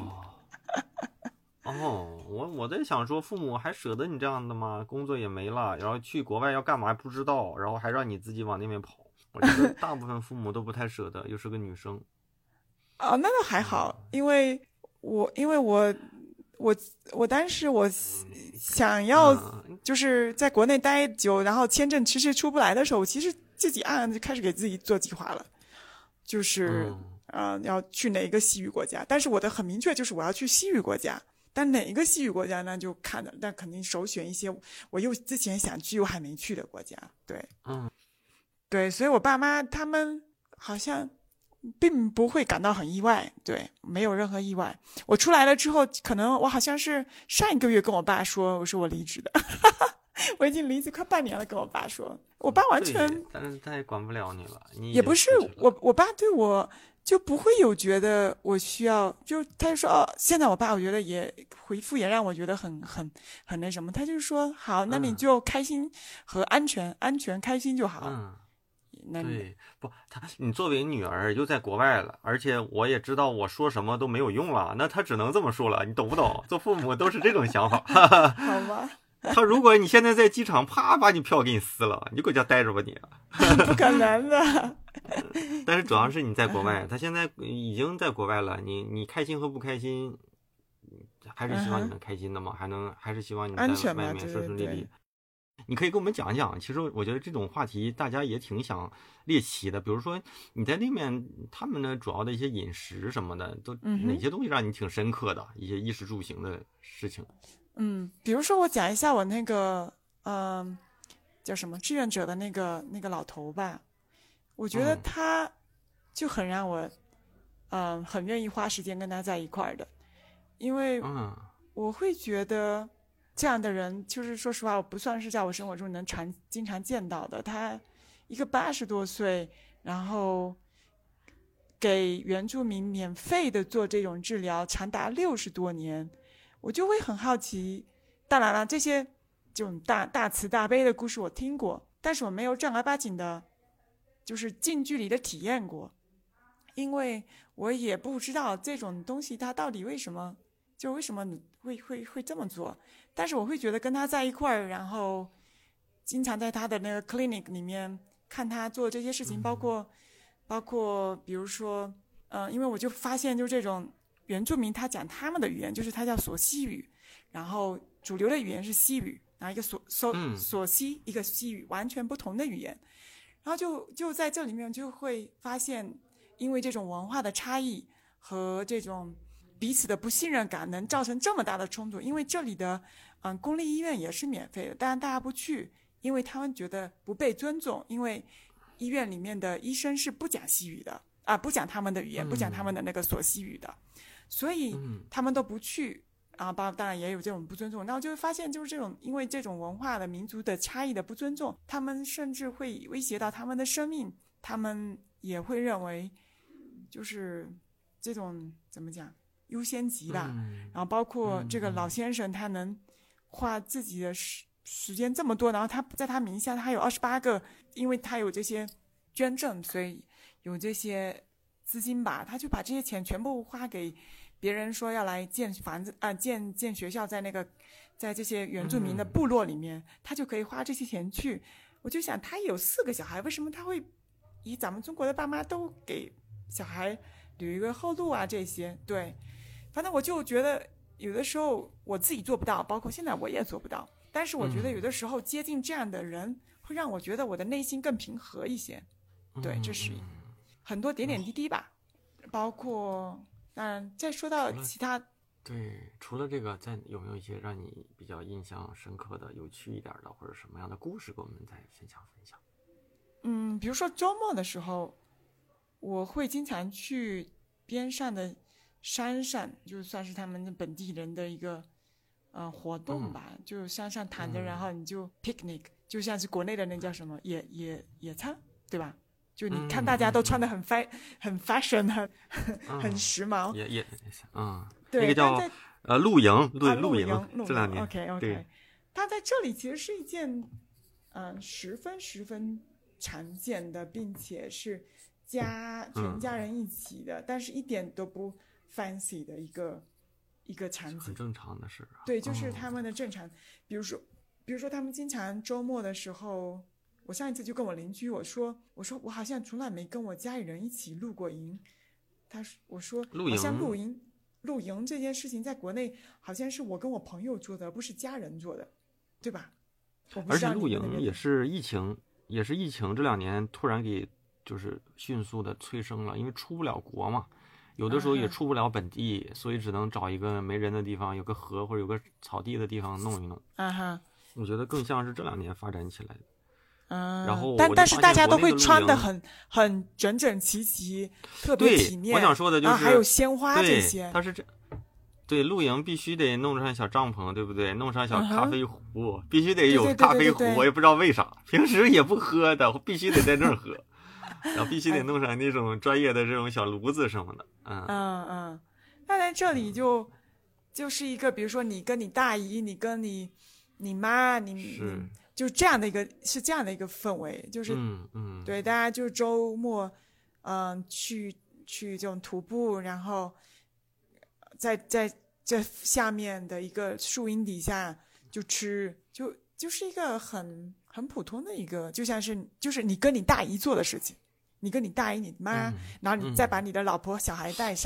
我在想说，父母还舍得你这样的吗？工作也没了，然后去国外要干嘛不知道，然后还让你自己往那边跑。我觉得大部分父母都不太舍得，又是个女生。 那倒还好，因为我当时我想要就是在国内待久，然后签证迟迟出不来的时候，其实自己暗暗就开始给自己做计划了，就是要去哪一个西语国家。但是我的很明确就是我要去西语国家，但哪一个西语国家呢？就看的，但肯定首选一些我又之前想去又还没去的国家。对，所以我爸妈他们好像并不会感到很意外，对，没有任何意外。我出来了之后，可能我好像是上一个月跟我爸说，我说我离职的，我已经离职快半年了，跟我爸说，我爸完全， 但是他也管不了你了， 也不是我爸对我就不会有觉得我需要，就他就说现在我爸我觉得也回复也让我觉得很那什么，他就说好，那你就开心和安全开心就好。 对，你作为女儿又在国外了，而且我也知道我说什么都没有用了，那他只能这么说了，你懂不懂？做父母都是这种想法。 好吧。 他如果你现在在机场，啪把你票给你撕了，你搁家待着吧你。 不可能的。 但是主要是你在国外，他现在已经在国外了，你开心和不开心，还是希望你能开心的嘛，还是希望你在外面顺顺利利。 你可以给我们讲讲，其实我觉得这种话题大家也挺想猎奇的。比如说你在那边他们的主要的一些饮食什么的，都哪些东西让你挺深刻的一些衣食住行的事情？ 比如说我讲一下我那个叫什么志愿者的那个老头吧，我觉得他就很让我很愿意花时间跟他在一块儿的，因为我会觉得这样的人，就是说实话，我不算是在我生活中能经常见到的。他一个80多岁，然后给原住民免费的做这种治疗，长达60多年，我就会很好奇。当然了，这些这种大慈大悲的故事我听过，但是我没有正儿八经的，就是近距离的体验过，因为我也不知道这种东西它到底为什么你会这么做。但是我会觉得跟他在一块儿，然后经常在他的那个 clinic 里面看他做这些事情，包括比如说因为我就发现就这种原住民他讲他们的语言，就是他叫索西语，然后主流的语言是西语，然后一个索西一个西语，完全不同的语言。然后就在这里面就会发现，因为这种文化的差异和这种彼此的不信任感能造成这么大的冲突。因为这里的公立医院也是免费的，但大家不去，因为他们觉得不被尊重，因为医院里面的医生是不讲西语的不讲他们的语言，不讲他们的那个索西语的，所以他们都不去当然也有这种不尊重。然后就会发现，就是因为这种文化的民族的差异的不尊重，他们甚至会威胁到他们的生命，他们也会认为就是这种怎么讲优先级吧。然后包括这个老先生，他能花自己的时间这么多，然后他在他名下他有28个，因为他有这些捐赠，所以有这些资金吧，他就把这些钱全部花给别人，说要来建房子建学校，在这些原住民的部落里面，他就可以花这些钱去。我就想他有4个小孩，为什么他会以咱们中国的爸妈都给小孩留一个后路这些。对，反正我就觉得有的时候我自己做不到，包括现在我也做不到，但是我觉得有的时候接近这样的人会让我觉得我的内心更平和一些。对，这是很多点点滴滴吧。包括再说到其他， 对，除了这个，再有没有一些让你比较印象深刻的、有趣一点的，或者什么样的故事，给我们再分享？ 比如说周末的时候，我会经常去边上的山上，就算是他们本地人的一个活动吧，就山上躺着，然后你就 picnic，就像是国内的那叫什么野餐，对吧？就你看大家都穿得很 fashion， 很时髦。 对，那个叫露营， 露营这2年 OK。它在这里其实是一件十分常见的，并且是全家人一起的，但是一点都不 fancy 的一个场景， 很正常的事。 对，就是他们的正常。比如说他们经常周末的时候，我上一次就跟我邻居我说我好像从来没跟我家里人一起露过营。我说好像露营这件事情在国内好像是我跟我朋友做的，不是家人做的，对吧？ 而且露营也是疫情这2年突然给就是迅速的催生了，因为出不了国嘛，有的时候也出不了本地，所以只能找一个没人的地方，有个河或者有个草地的地方弄一弄。我觉得更像是这2年发展起来的。然后但是大家都会穿得很整整齐齐，特别体面。 我想说的就是还有鲜花这些。 它是对，露营必须得弄上小帐篷，对不对？弄上小咖啡壶，必须得有咖啡壶。 对， 我也不知道为啥，平时也不喝的，必须得在那儿喝。然后必须得弄上那种专业的这种小炉子什么的。 那在这里就是一个，比如说你跟你大姨，你跟你妈，你就这样的一个氛围，就是对，大家就周末去这种徒步，然后在这下面的一个树荫底下就吃，就是一个很普通的一个，就是你跟你大姨做的事情，你跟你大姨你妈，然后你再把你的老婆小孩带上，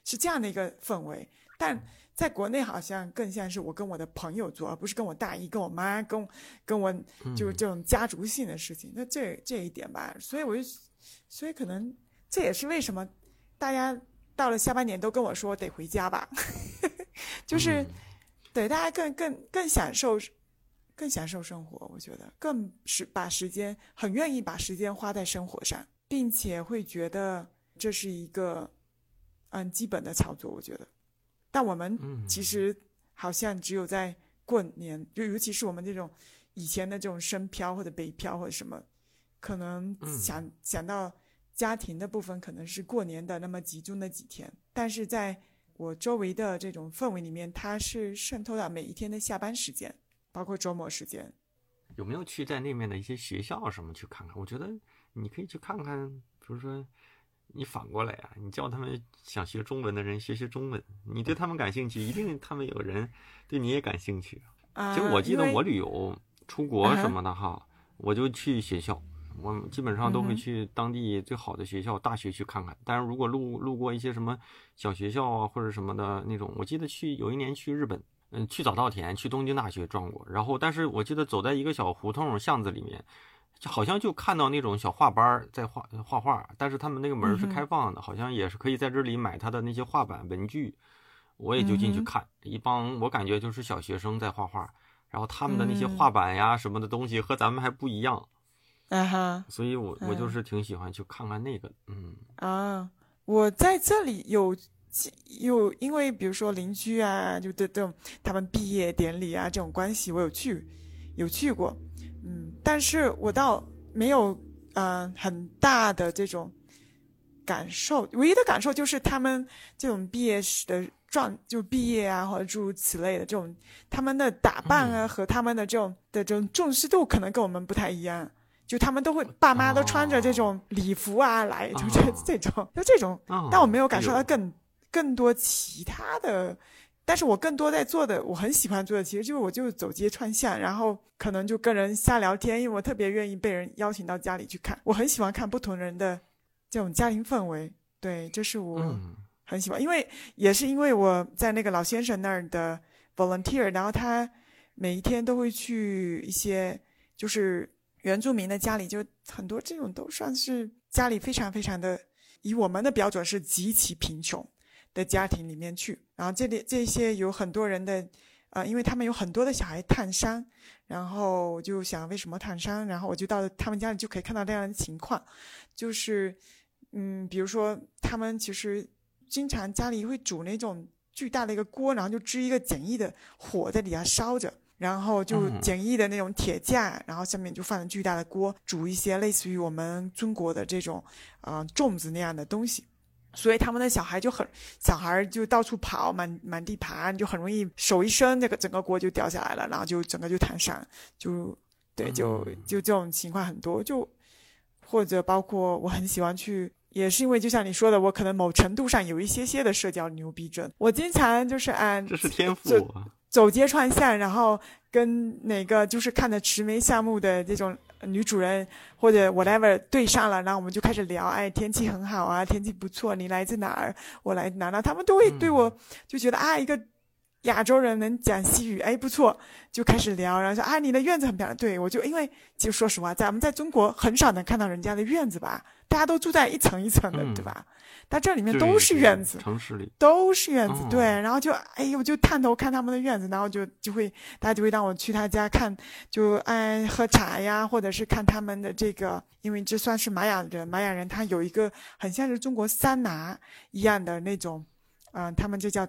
是这样的一个氛围。但在国内好像更像是我跟我的朋友做，而不是跟我大姨、跟我妈、跟我就是这种家族性的事情。那这一点吧，所以可能这也是为什么大家到了下半年都跟我说得回家吧，就是对大家更享受生活，我觉得更是把时间很愿意把时间花在生活上，并且会觉得这是一个基本的操作，我觉得。但我们其实好像只有在过年，就尤其是我们这种以前的这种深漂或者北漂或者什么，可能想到家庭的部分，可能是过年的那么集中的几天。但是在我周围的这种氛围里面，它是渗透到每一天的下班时间，包括周末时间。 有没有去在那面的一些学校什么去看看？我觉得你可以去看看，比如说你反过来啊，你叫他们想学中文的人学中文，你对他们感兴趣，一定他们有人对你也感兴趣。其实我记得我旅游出国什么的哈，我就去学校，我基本上都会去当地最好的学校、大学去看看。但是如果路过一些什么小学校啊或者什么的那种，我记得有一年去日本，去早稻田、去东京大学转过，然后但是我记得走在一个小胡同巷子里面。好像就看到那种小画班在画画，但是他们那个门是开放的，好像也是可以在这里买他的那些画板文具，我也就进去看，一帮我感觉就是小学生在画画，然后他们的那些画板呀什么的东西和咱们还不一样，所以我就是挺喜欢去看看那个。 我在这里有因为比如说邻居啊，就这种他们毕业典礼啊这种关系，我有去过。但是我倒没有很大的这种感受，唯一的感受就是他们这种毕业的就毕业啊或者诸如此类的这种他们的打扮啊和他们的这种重视度可能跟我们不太一样，就他们都会爸妈都穿着这种礼服啊来，就这种，但我没有感受到更多其他的。但是我更多在做的，我很喜欢做的，其实就是我就走街串巷，然后可能就跟人瞎聊天，因为我特别愿意被人邀请到家里去看，我很喜欢看不同人的这种家庭氛围。对，这是我很喜欢，也是因为我在那个老先生那儿的 volunteer， 然后他每一天都会去一些就是原住民的家里，就很多这种都算是家里非常非常的，以我们的标准是极其贫穷的家庭里面去，然后这些有很多人的因为他们有很多的小孩烫伤，然后我就想为什么烫伤，然后我就到他们家里就可以看到这样的情况，就是比如说他们其实经常家里会煮那种巨大的一个锅，然后就支一个简易的火在底下烧着，然后就简易的那种铁架，然后下面就放着巨大的锅，煮一些类似于我们中国的这种粽子那样的东西。所以他们的小孩就到处跑，满地爬，就很容易手一伸，这个整个锅就掉下来了，然后就整个就烫伤，就这种情况很多，就或者包括我很喜欢去，也是因为就像你说的，我可能某程度上有一些的社交牛逼症，我经常就是这是天赋走街串巷，然后跟哪个就是看着迟眉项目的这种女主人或者 whatever 对上了，然后我们就开始聊，天气很好啊，天气不错，你来自哪儿，我来自哪儿，他们都会对我就觉得一个亚洲人能讲西语，不错，就开始聊，然后说你的院子很漂亮，对，我就因为就说实话，咱们在中国很少能看到人家的院子吧，大家都住在一层一层的，对吧？但这里面都是院子， 城市里都是院子，对，然后就我就探头看他们的院子，然后就会大家就会让我去他家看，就喝茶呀，或者是看他们的这个，因为这算是玛雅人他有一个很像是中国桑拿一样的那种，他们就叫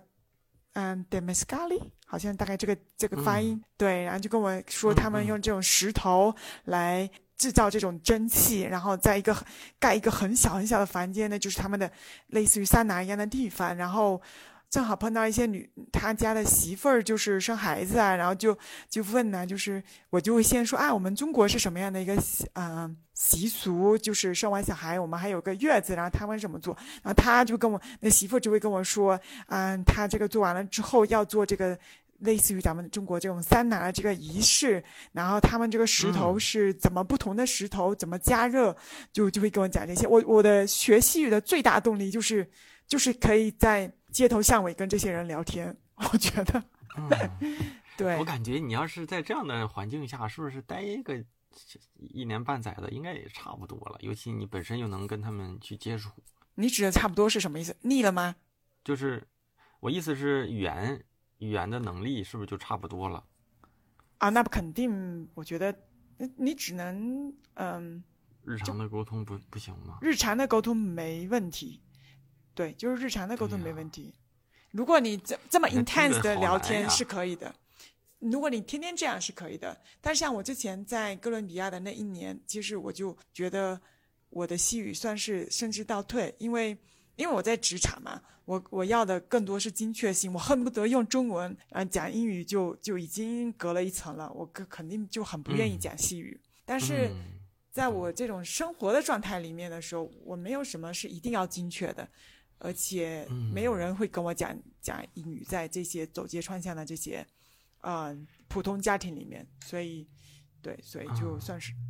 Temescali， 好像大概这个发音，对，然后就跟我说他们用这种石头来制造这种蒸汽，然后在盖一个很小很小的房间呢，就是他们的类似于桑拿一样的地方，然后正好碰到一些他家的媳妇儿就是生孩子啊，然后就问呢，就是我就会先说我们中国是什么样的一个习俗，就是生完小孩我们还有个月子，然后他们怎么做，然后他就跟我那媳妇儿就会跟我说他这个做完了之后要做这个类似于咱们中国这种桑拿的这个仪式，然后他们这个石头是怎么不同的石头怎么加热，就会跟我讲这些。我的学西语的最大动力就是可以在街头巷尾跟这些人聊天，我觉得，对， 我感觉你要是在这样的环境下，是不是待一个1年半载的，应该也差不多了。尤其你本身又能跟他们去接触。 你指的差不多是什么意思？腻了吗？ 就是我意思是语言的能力是不是就差不多了？ 啊，那肯定，我觉得你只能日常的沟通不行吗？ 日常的沟通没问题，对，就是日常的沟通没问题。如果你这么 intense 的聊天是可以的，如果你天天这样是可以的。但是像我之前在哥伦比亚的那1年，其实我就觉得我的西语算是甚至倒退，因为我在职场嘛，我要的更多是精确性，我恨不得用中文讲英语就已经隔了一层了，我肯定就很不愿意讲西语。但是在我这种生活的状态里面的时候，我没有什么是一定要精确的，而且没有人会跟我讲英语，在这些走街串巷的这些普通家庭里面，所以就算是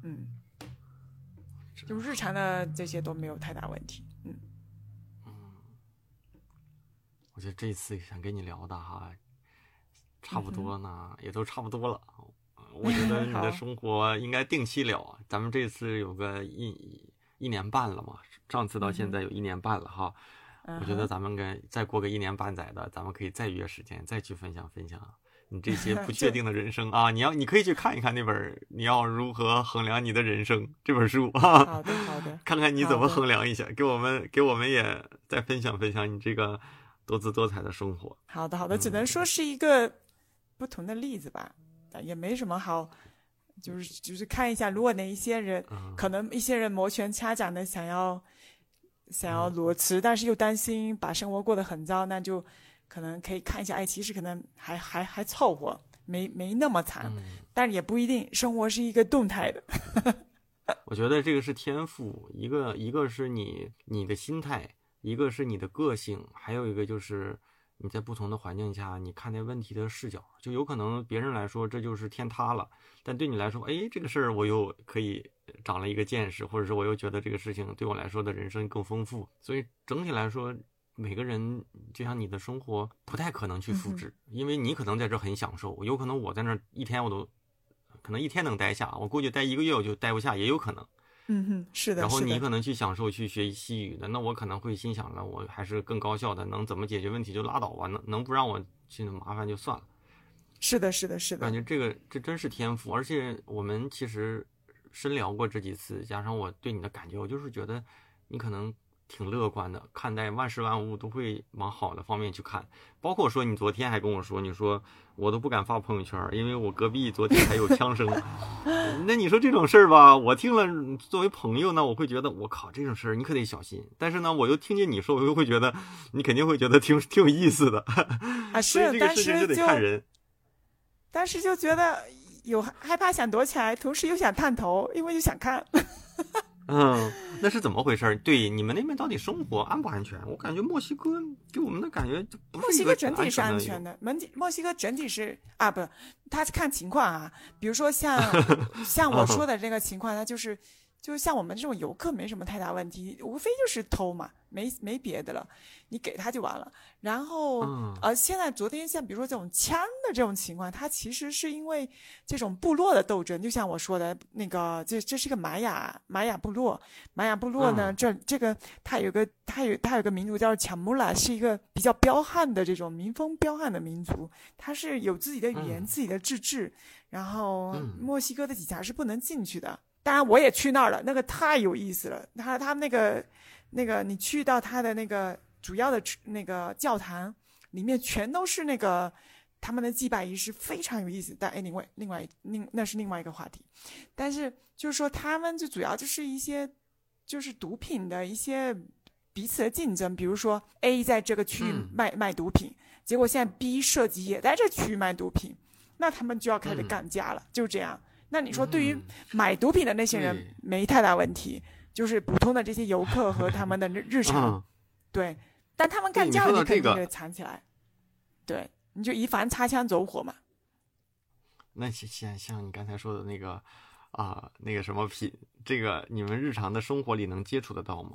就日常的这些都没有太大问题。 我觉得这次想跟你聊的哈，差不多呢，也都差不多了。我觉得你的生活应该定期聊。咱们这次有个一年半了嘛，上次到现在有1年半了哈。我觉得咱们再过个1年半载的，咱们可以再约时间，再去分享你这些不确定的人生啊。你可以去看一看那本《你要如何衡量你的人生》这本书啊。 好的， 看看你怎么衡量一下，给我们也再分享你这个多姿多彩的生活。 好的，只能说是一个不同的例子吧，也没什么好，就是看一下，如果哪一些人，可能一些人摩拳擦掌的想要裸辞，但是又担心把生活过得很糟，那就可能可以看一下，其实可能还凑合，没那么惨，但也不一定，生活是一个动态的。 我觉得这个是天赋，一个是你的心态，一个是你的个性，还有一个就是你在不同的环境下你看待问题的视角。就有可能别人来说这就是天塌了，但对你来说，这个事儿我又可以长了一个见识，或者是我又觉得这个事情对我来说的人生更丰富。所以整体来说，每个人就像你的生活不太可能去复制，因为你可能在这很享受，有可能我在那一天我都可能1天能待下，我估计待1个月我就待不下，也有可能。 是的。 然后你可能去享受去学西语的，那我可能会心想了，我还是更高效的，能怎么解决问题就拉倒吧，能不让我去麻烦就算了。 是的。 感觉这真是天赋，而且我们其实深聊过这几次，加上我对你的感觉，我就是觉得你可能挺乐观的，看待万事万物都会往好的方面去看。包括说你昨天还跟我说，你说我都不敢发朋友圈，因为我隔壁昨天还有枪声。那你说这种事儿吧，我听了作为朋友呢，我会觉得我靠，这种事儿你可得小心。但是呢，我又听见你说，我又会觉得你肯定会觉得挺有意思的。所以这个事情就得看人。 但是就觉得有害怕，想躲起来，同时又想探头，因为就想看。 那是怎么回事？对，你们那边到底生活安不安全？我感觉墨西哥给我们的感觉就不是一个墨西哥整体是安全的，墨西哥整体是不，他看情况啊。比如说像我说的这个情况，他就是像我们这种游客没什么太大问题，无非就是偷嘛，没别的了，你给他就完了。然后现在昨天像比如说这种枪的这种情况，它其实是因为这种部落的斗争，就像我说的那个，这是一个玛雅部落呢，这个它有个民族叫乔穆拉，是一个比较彪悍的这种民风彪悍的民族，它是有自己的语言、自己的自治，然后墨西哥的警察是不能进去的。当然我也去那儿了，那个太有意思了。他们那个你去到他的那个主要的那个教堂里面，全都是那个他们的祭拜仪式，非常有意思。但anyway，那是另外一个话题。但是就是说，他们就主要就是一些就是毒品的一些彼此的竞争，比如说 A 在这个区域卖毒品，结果现在 B 设计也在这区域卖毒品，那他们就要开始干架了，就这样。那你说对于买毒品的那些人没太大问题，就是普通的这些游客和他们的日常，对，但他们干架了，你肯定得藏起来，对，你就以防擦枪走火嘛。 那像你刚才说的那个什么品，这个你们日常的生活里能接触得到吗？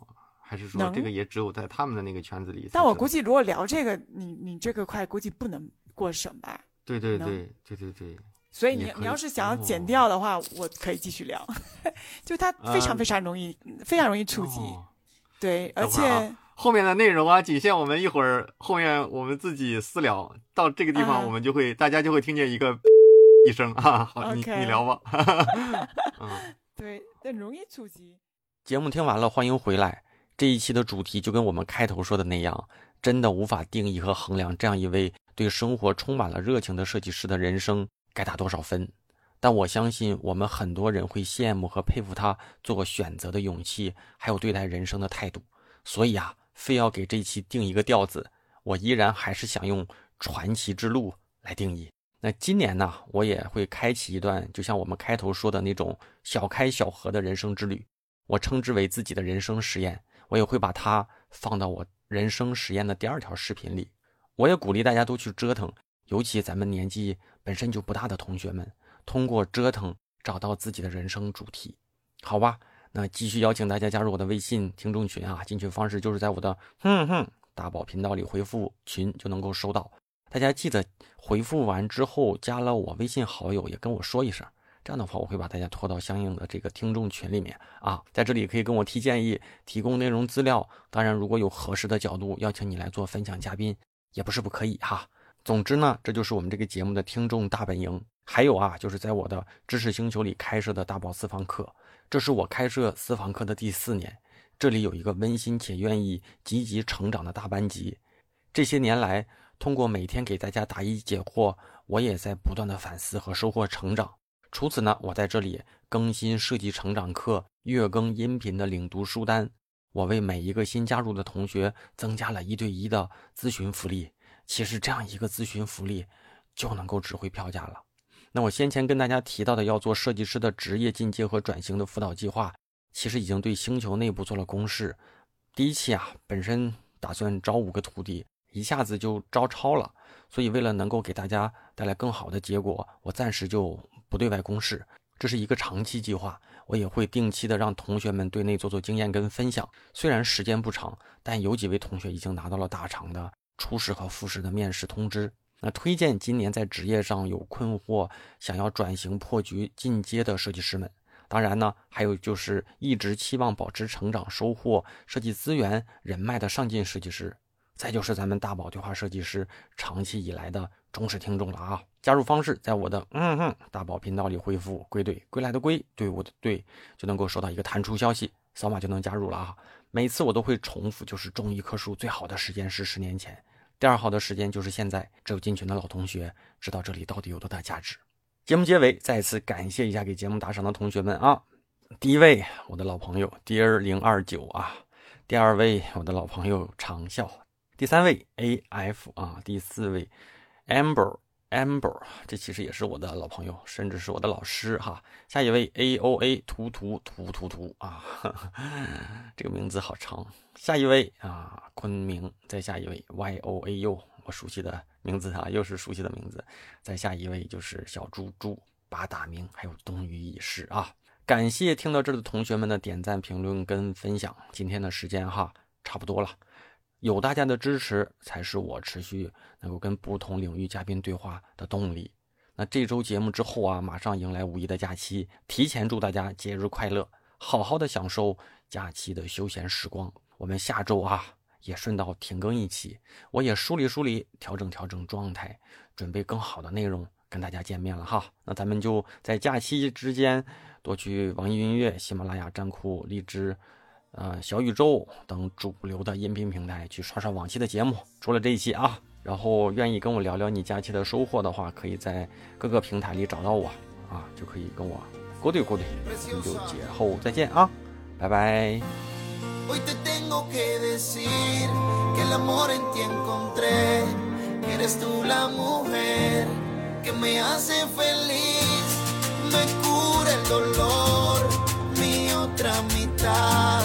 还是说这个也只有在他们的那个圈子里？ 但我估计如果聊这个，你这个块估计不能过审吧？ 对。 所以你要是想要剪掉的话，我可以继续聊。就它非常非常容易，非常容易触及。对，而且后面的内容啊，仅限我们一会儿后面我们自己私聊。到这个地方，我们就会大家就会听见一个一声啊。好，你聊吧。 对，但容易触及。 节目听完了，欢迎回来。这一期的主题就跟我们开头说的那样，真的无法定义和衡量这样一位对生活充满了热情的设计师的人生该打多少分。但我相信我们很多人会羡慕和佩服他做过选择的勇气，还有对待人生的态度。所以啊，非要给这一期定一个调子，我依然还是想用传奇之路来定义。那今年呢，我也会开启一段就像我们开头说的那种小开小合的人生之旅，我称之为自己的人生实验。我也会把它放到我人生实验的第2条视频里。我也鼓励大家都去折腾，尤其咱们年纪本身就不大的同学们，通过折腾找到自己的人生主题。好吧，那继续邀请大家加入我的微信听众群啊，进群方式就是在我的大宝频道里回复群就能够收到。大家记得回复完之后加了我微信好友，也跟我说一声，这样的话我会把大家拖到相应的这个听众群里面啊，在这里可以跟我提建议，提供内容资料。当然如果有合适的角度邀请你来做分享嘉宾也不是不可以哈。总之呢，这就是我们这个节目的听众大本营。还有啊，就是在我的知识星球里开设的大宝私房课，这是我开设私房课的第4年，这里有一个温馨且愿意积极成长的大班级。这些年来，通过每天给大家答疑解惑，我也在不断的反思和收获成长。除此呢，我在这里更新设计成长课，月更音频的领读书单。我为每一个新加入的同学增加了1对1的咨询福利。其实这样一个咨询福利就能够值回票价了。那我先前跟大家提到的要做设计师的职业进阶和转型的辅导计划，其实已经对星球内部做了公示。第一期啊，本身打算招5个徒弟，一下子就招超了，所以为了能够给大家带来更好的结果，我暂时就不对外公示。这是一个长期计划，我也会定期的让同学们对内做经验跟分享。虽然时间不长，但有几位同学已经拿到了大厂的初试和复试的面试通知。那推荐今年在职业上有困惑，想要转型破局进阶的设计师们。当然呢，还有就是一直期望保持成长收获设计资源人脉的上进设计师。再就是咱们大宝对话设计师长期以来的忠实听众了啊！加入方式在我的大宝频道里回复归队，归来的归，队伍的队，就能够收到一个弹出消息，扫码就能加入了啊！每次我都会重复，就是种一棵树最好的时间是10年前，第2好的时间就是现在。只有进群的老同学知道这里到底有多大价值。节目结尾再次感谢一下给节目打赏的同学们啊！第1位我的老朋友 Dear029 啊，第2位我的老朋友长啸，第3位 AF 啊，第4位 Amber， 这其实也是我的老朋友，甚至是我的老师哈。下一位 AOA 图啊，这个名字好长。下一位啊，昆明，再下一位 YOAU， 我熟悉的名字啊，又是熟悉的名字。再下一位就是小猪猪、八大明，还有东隅已逝啊。感谢听到这儿的同学们的点赞、评论跟分享。今天的时间哈，差不多了。有大家的支持，才是我持续能够跟不同领域嘉宾对话的动力。那这周节目之后啊，马上迎来5一的假期，提前祝大家节日快乐，好好的享受假期的休闲时光。我们下周啊，也顺道停更一期，我也梳理，调整状态，准备更好的内容跟大家见面了哈。那咱们就在假期之间多去网易云音乐、喜马拉雅、站酷、荔枝、小宇宙等主流的音频平台去刷刷往期的节目，除了这一期啊。然后愿意跟我聊聊你假期的收获的话，可以在各个平台里找到我啊，就可以跟我勾兑。我们就节后再见啊，拜拜。Hoy te tengo que decir que el amor en ti encontré, que eres tú la mujer que me hace feliz, me cura el dolor, mi otra mitad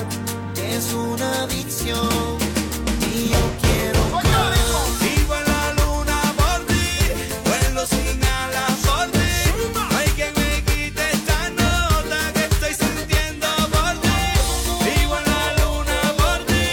es una adicción y yo quiero más. Vivo en la luna por ti, vuelo sin alas por ti, no hay quien me quite esta nota que estoy sintiendo por ti. Vivo en la luna por ti,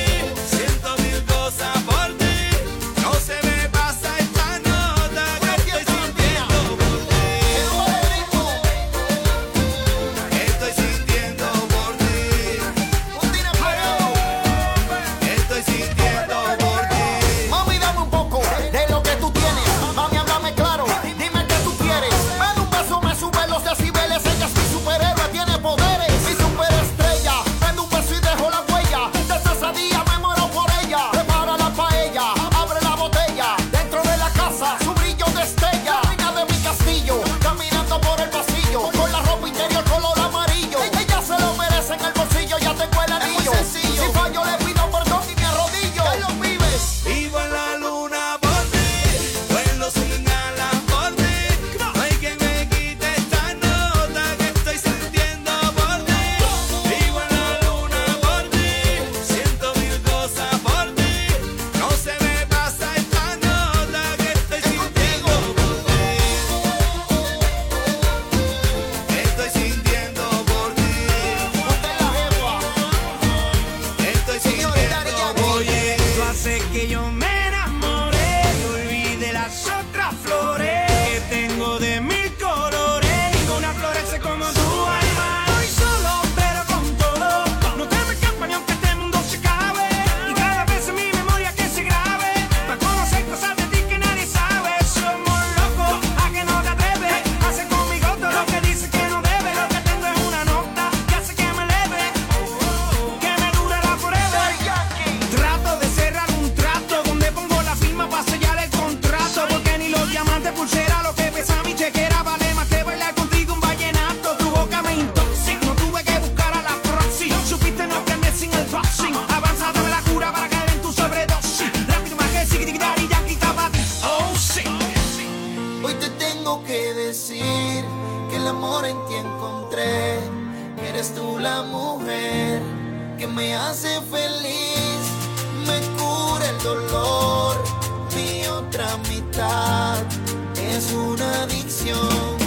amor en ti encontré. Eres tú la mujer que me hace feliz, me cura el dolor. Mi otra mitad es una adicción.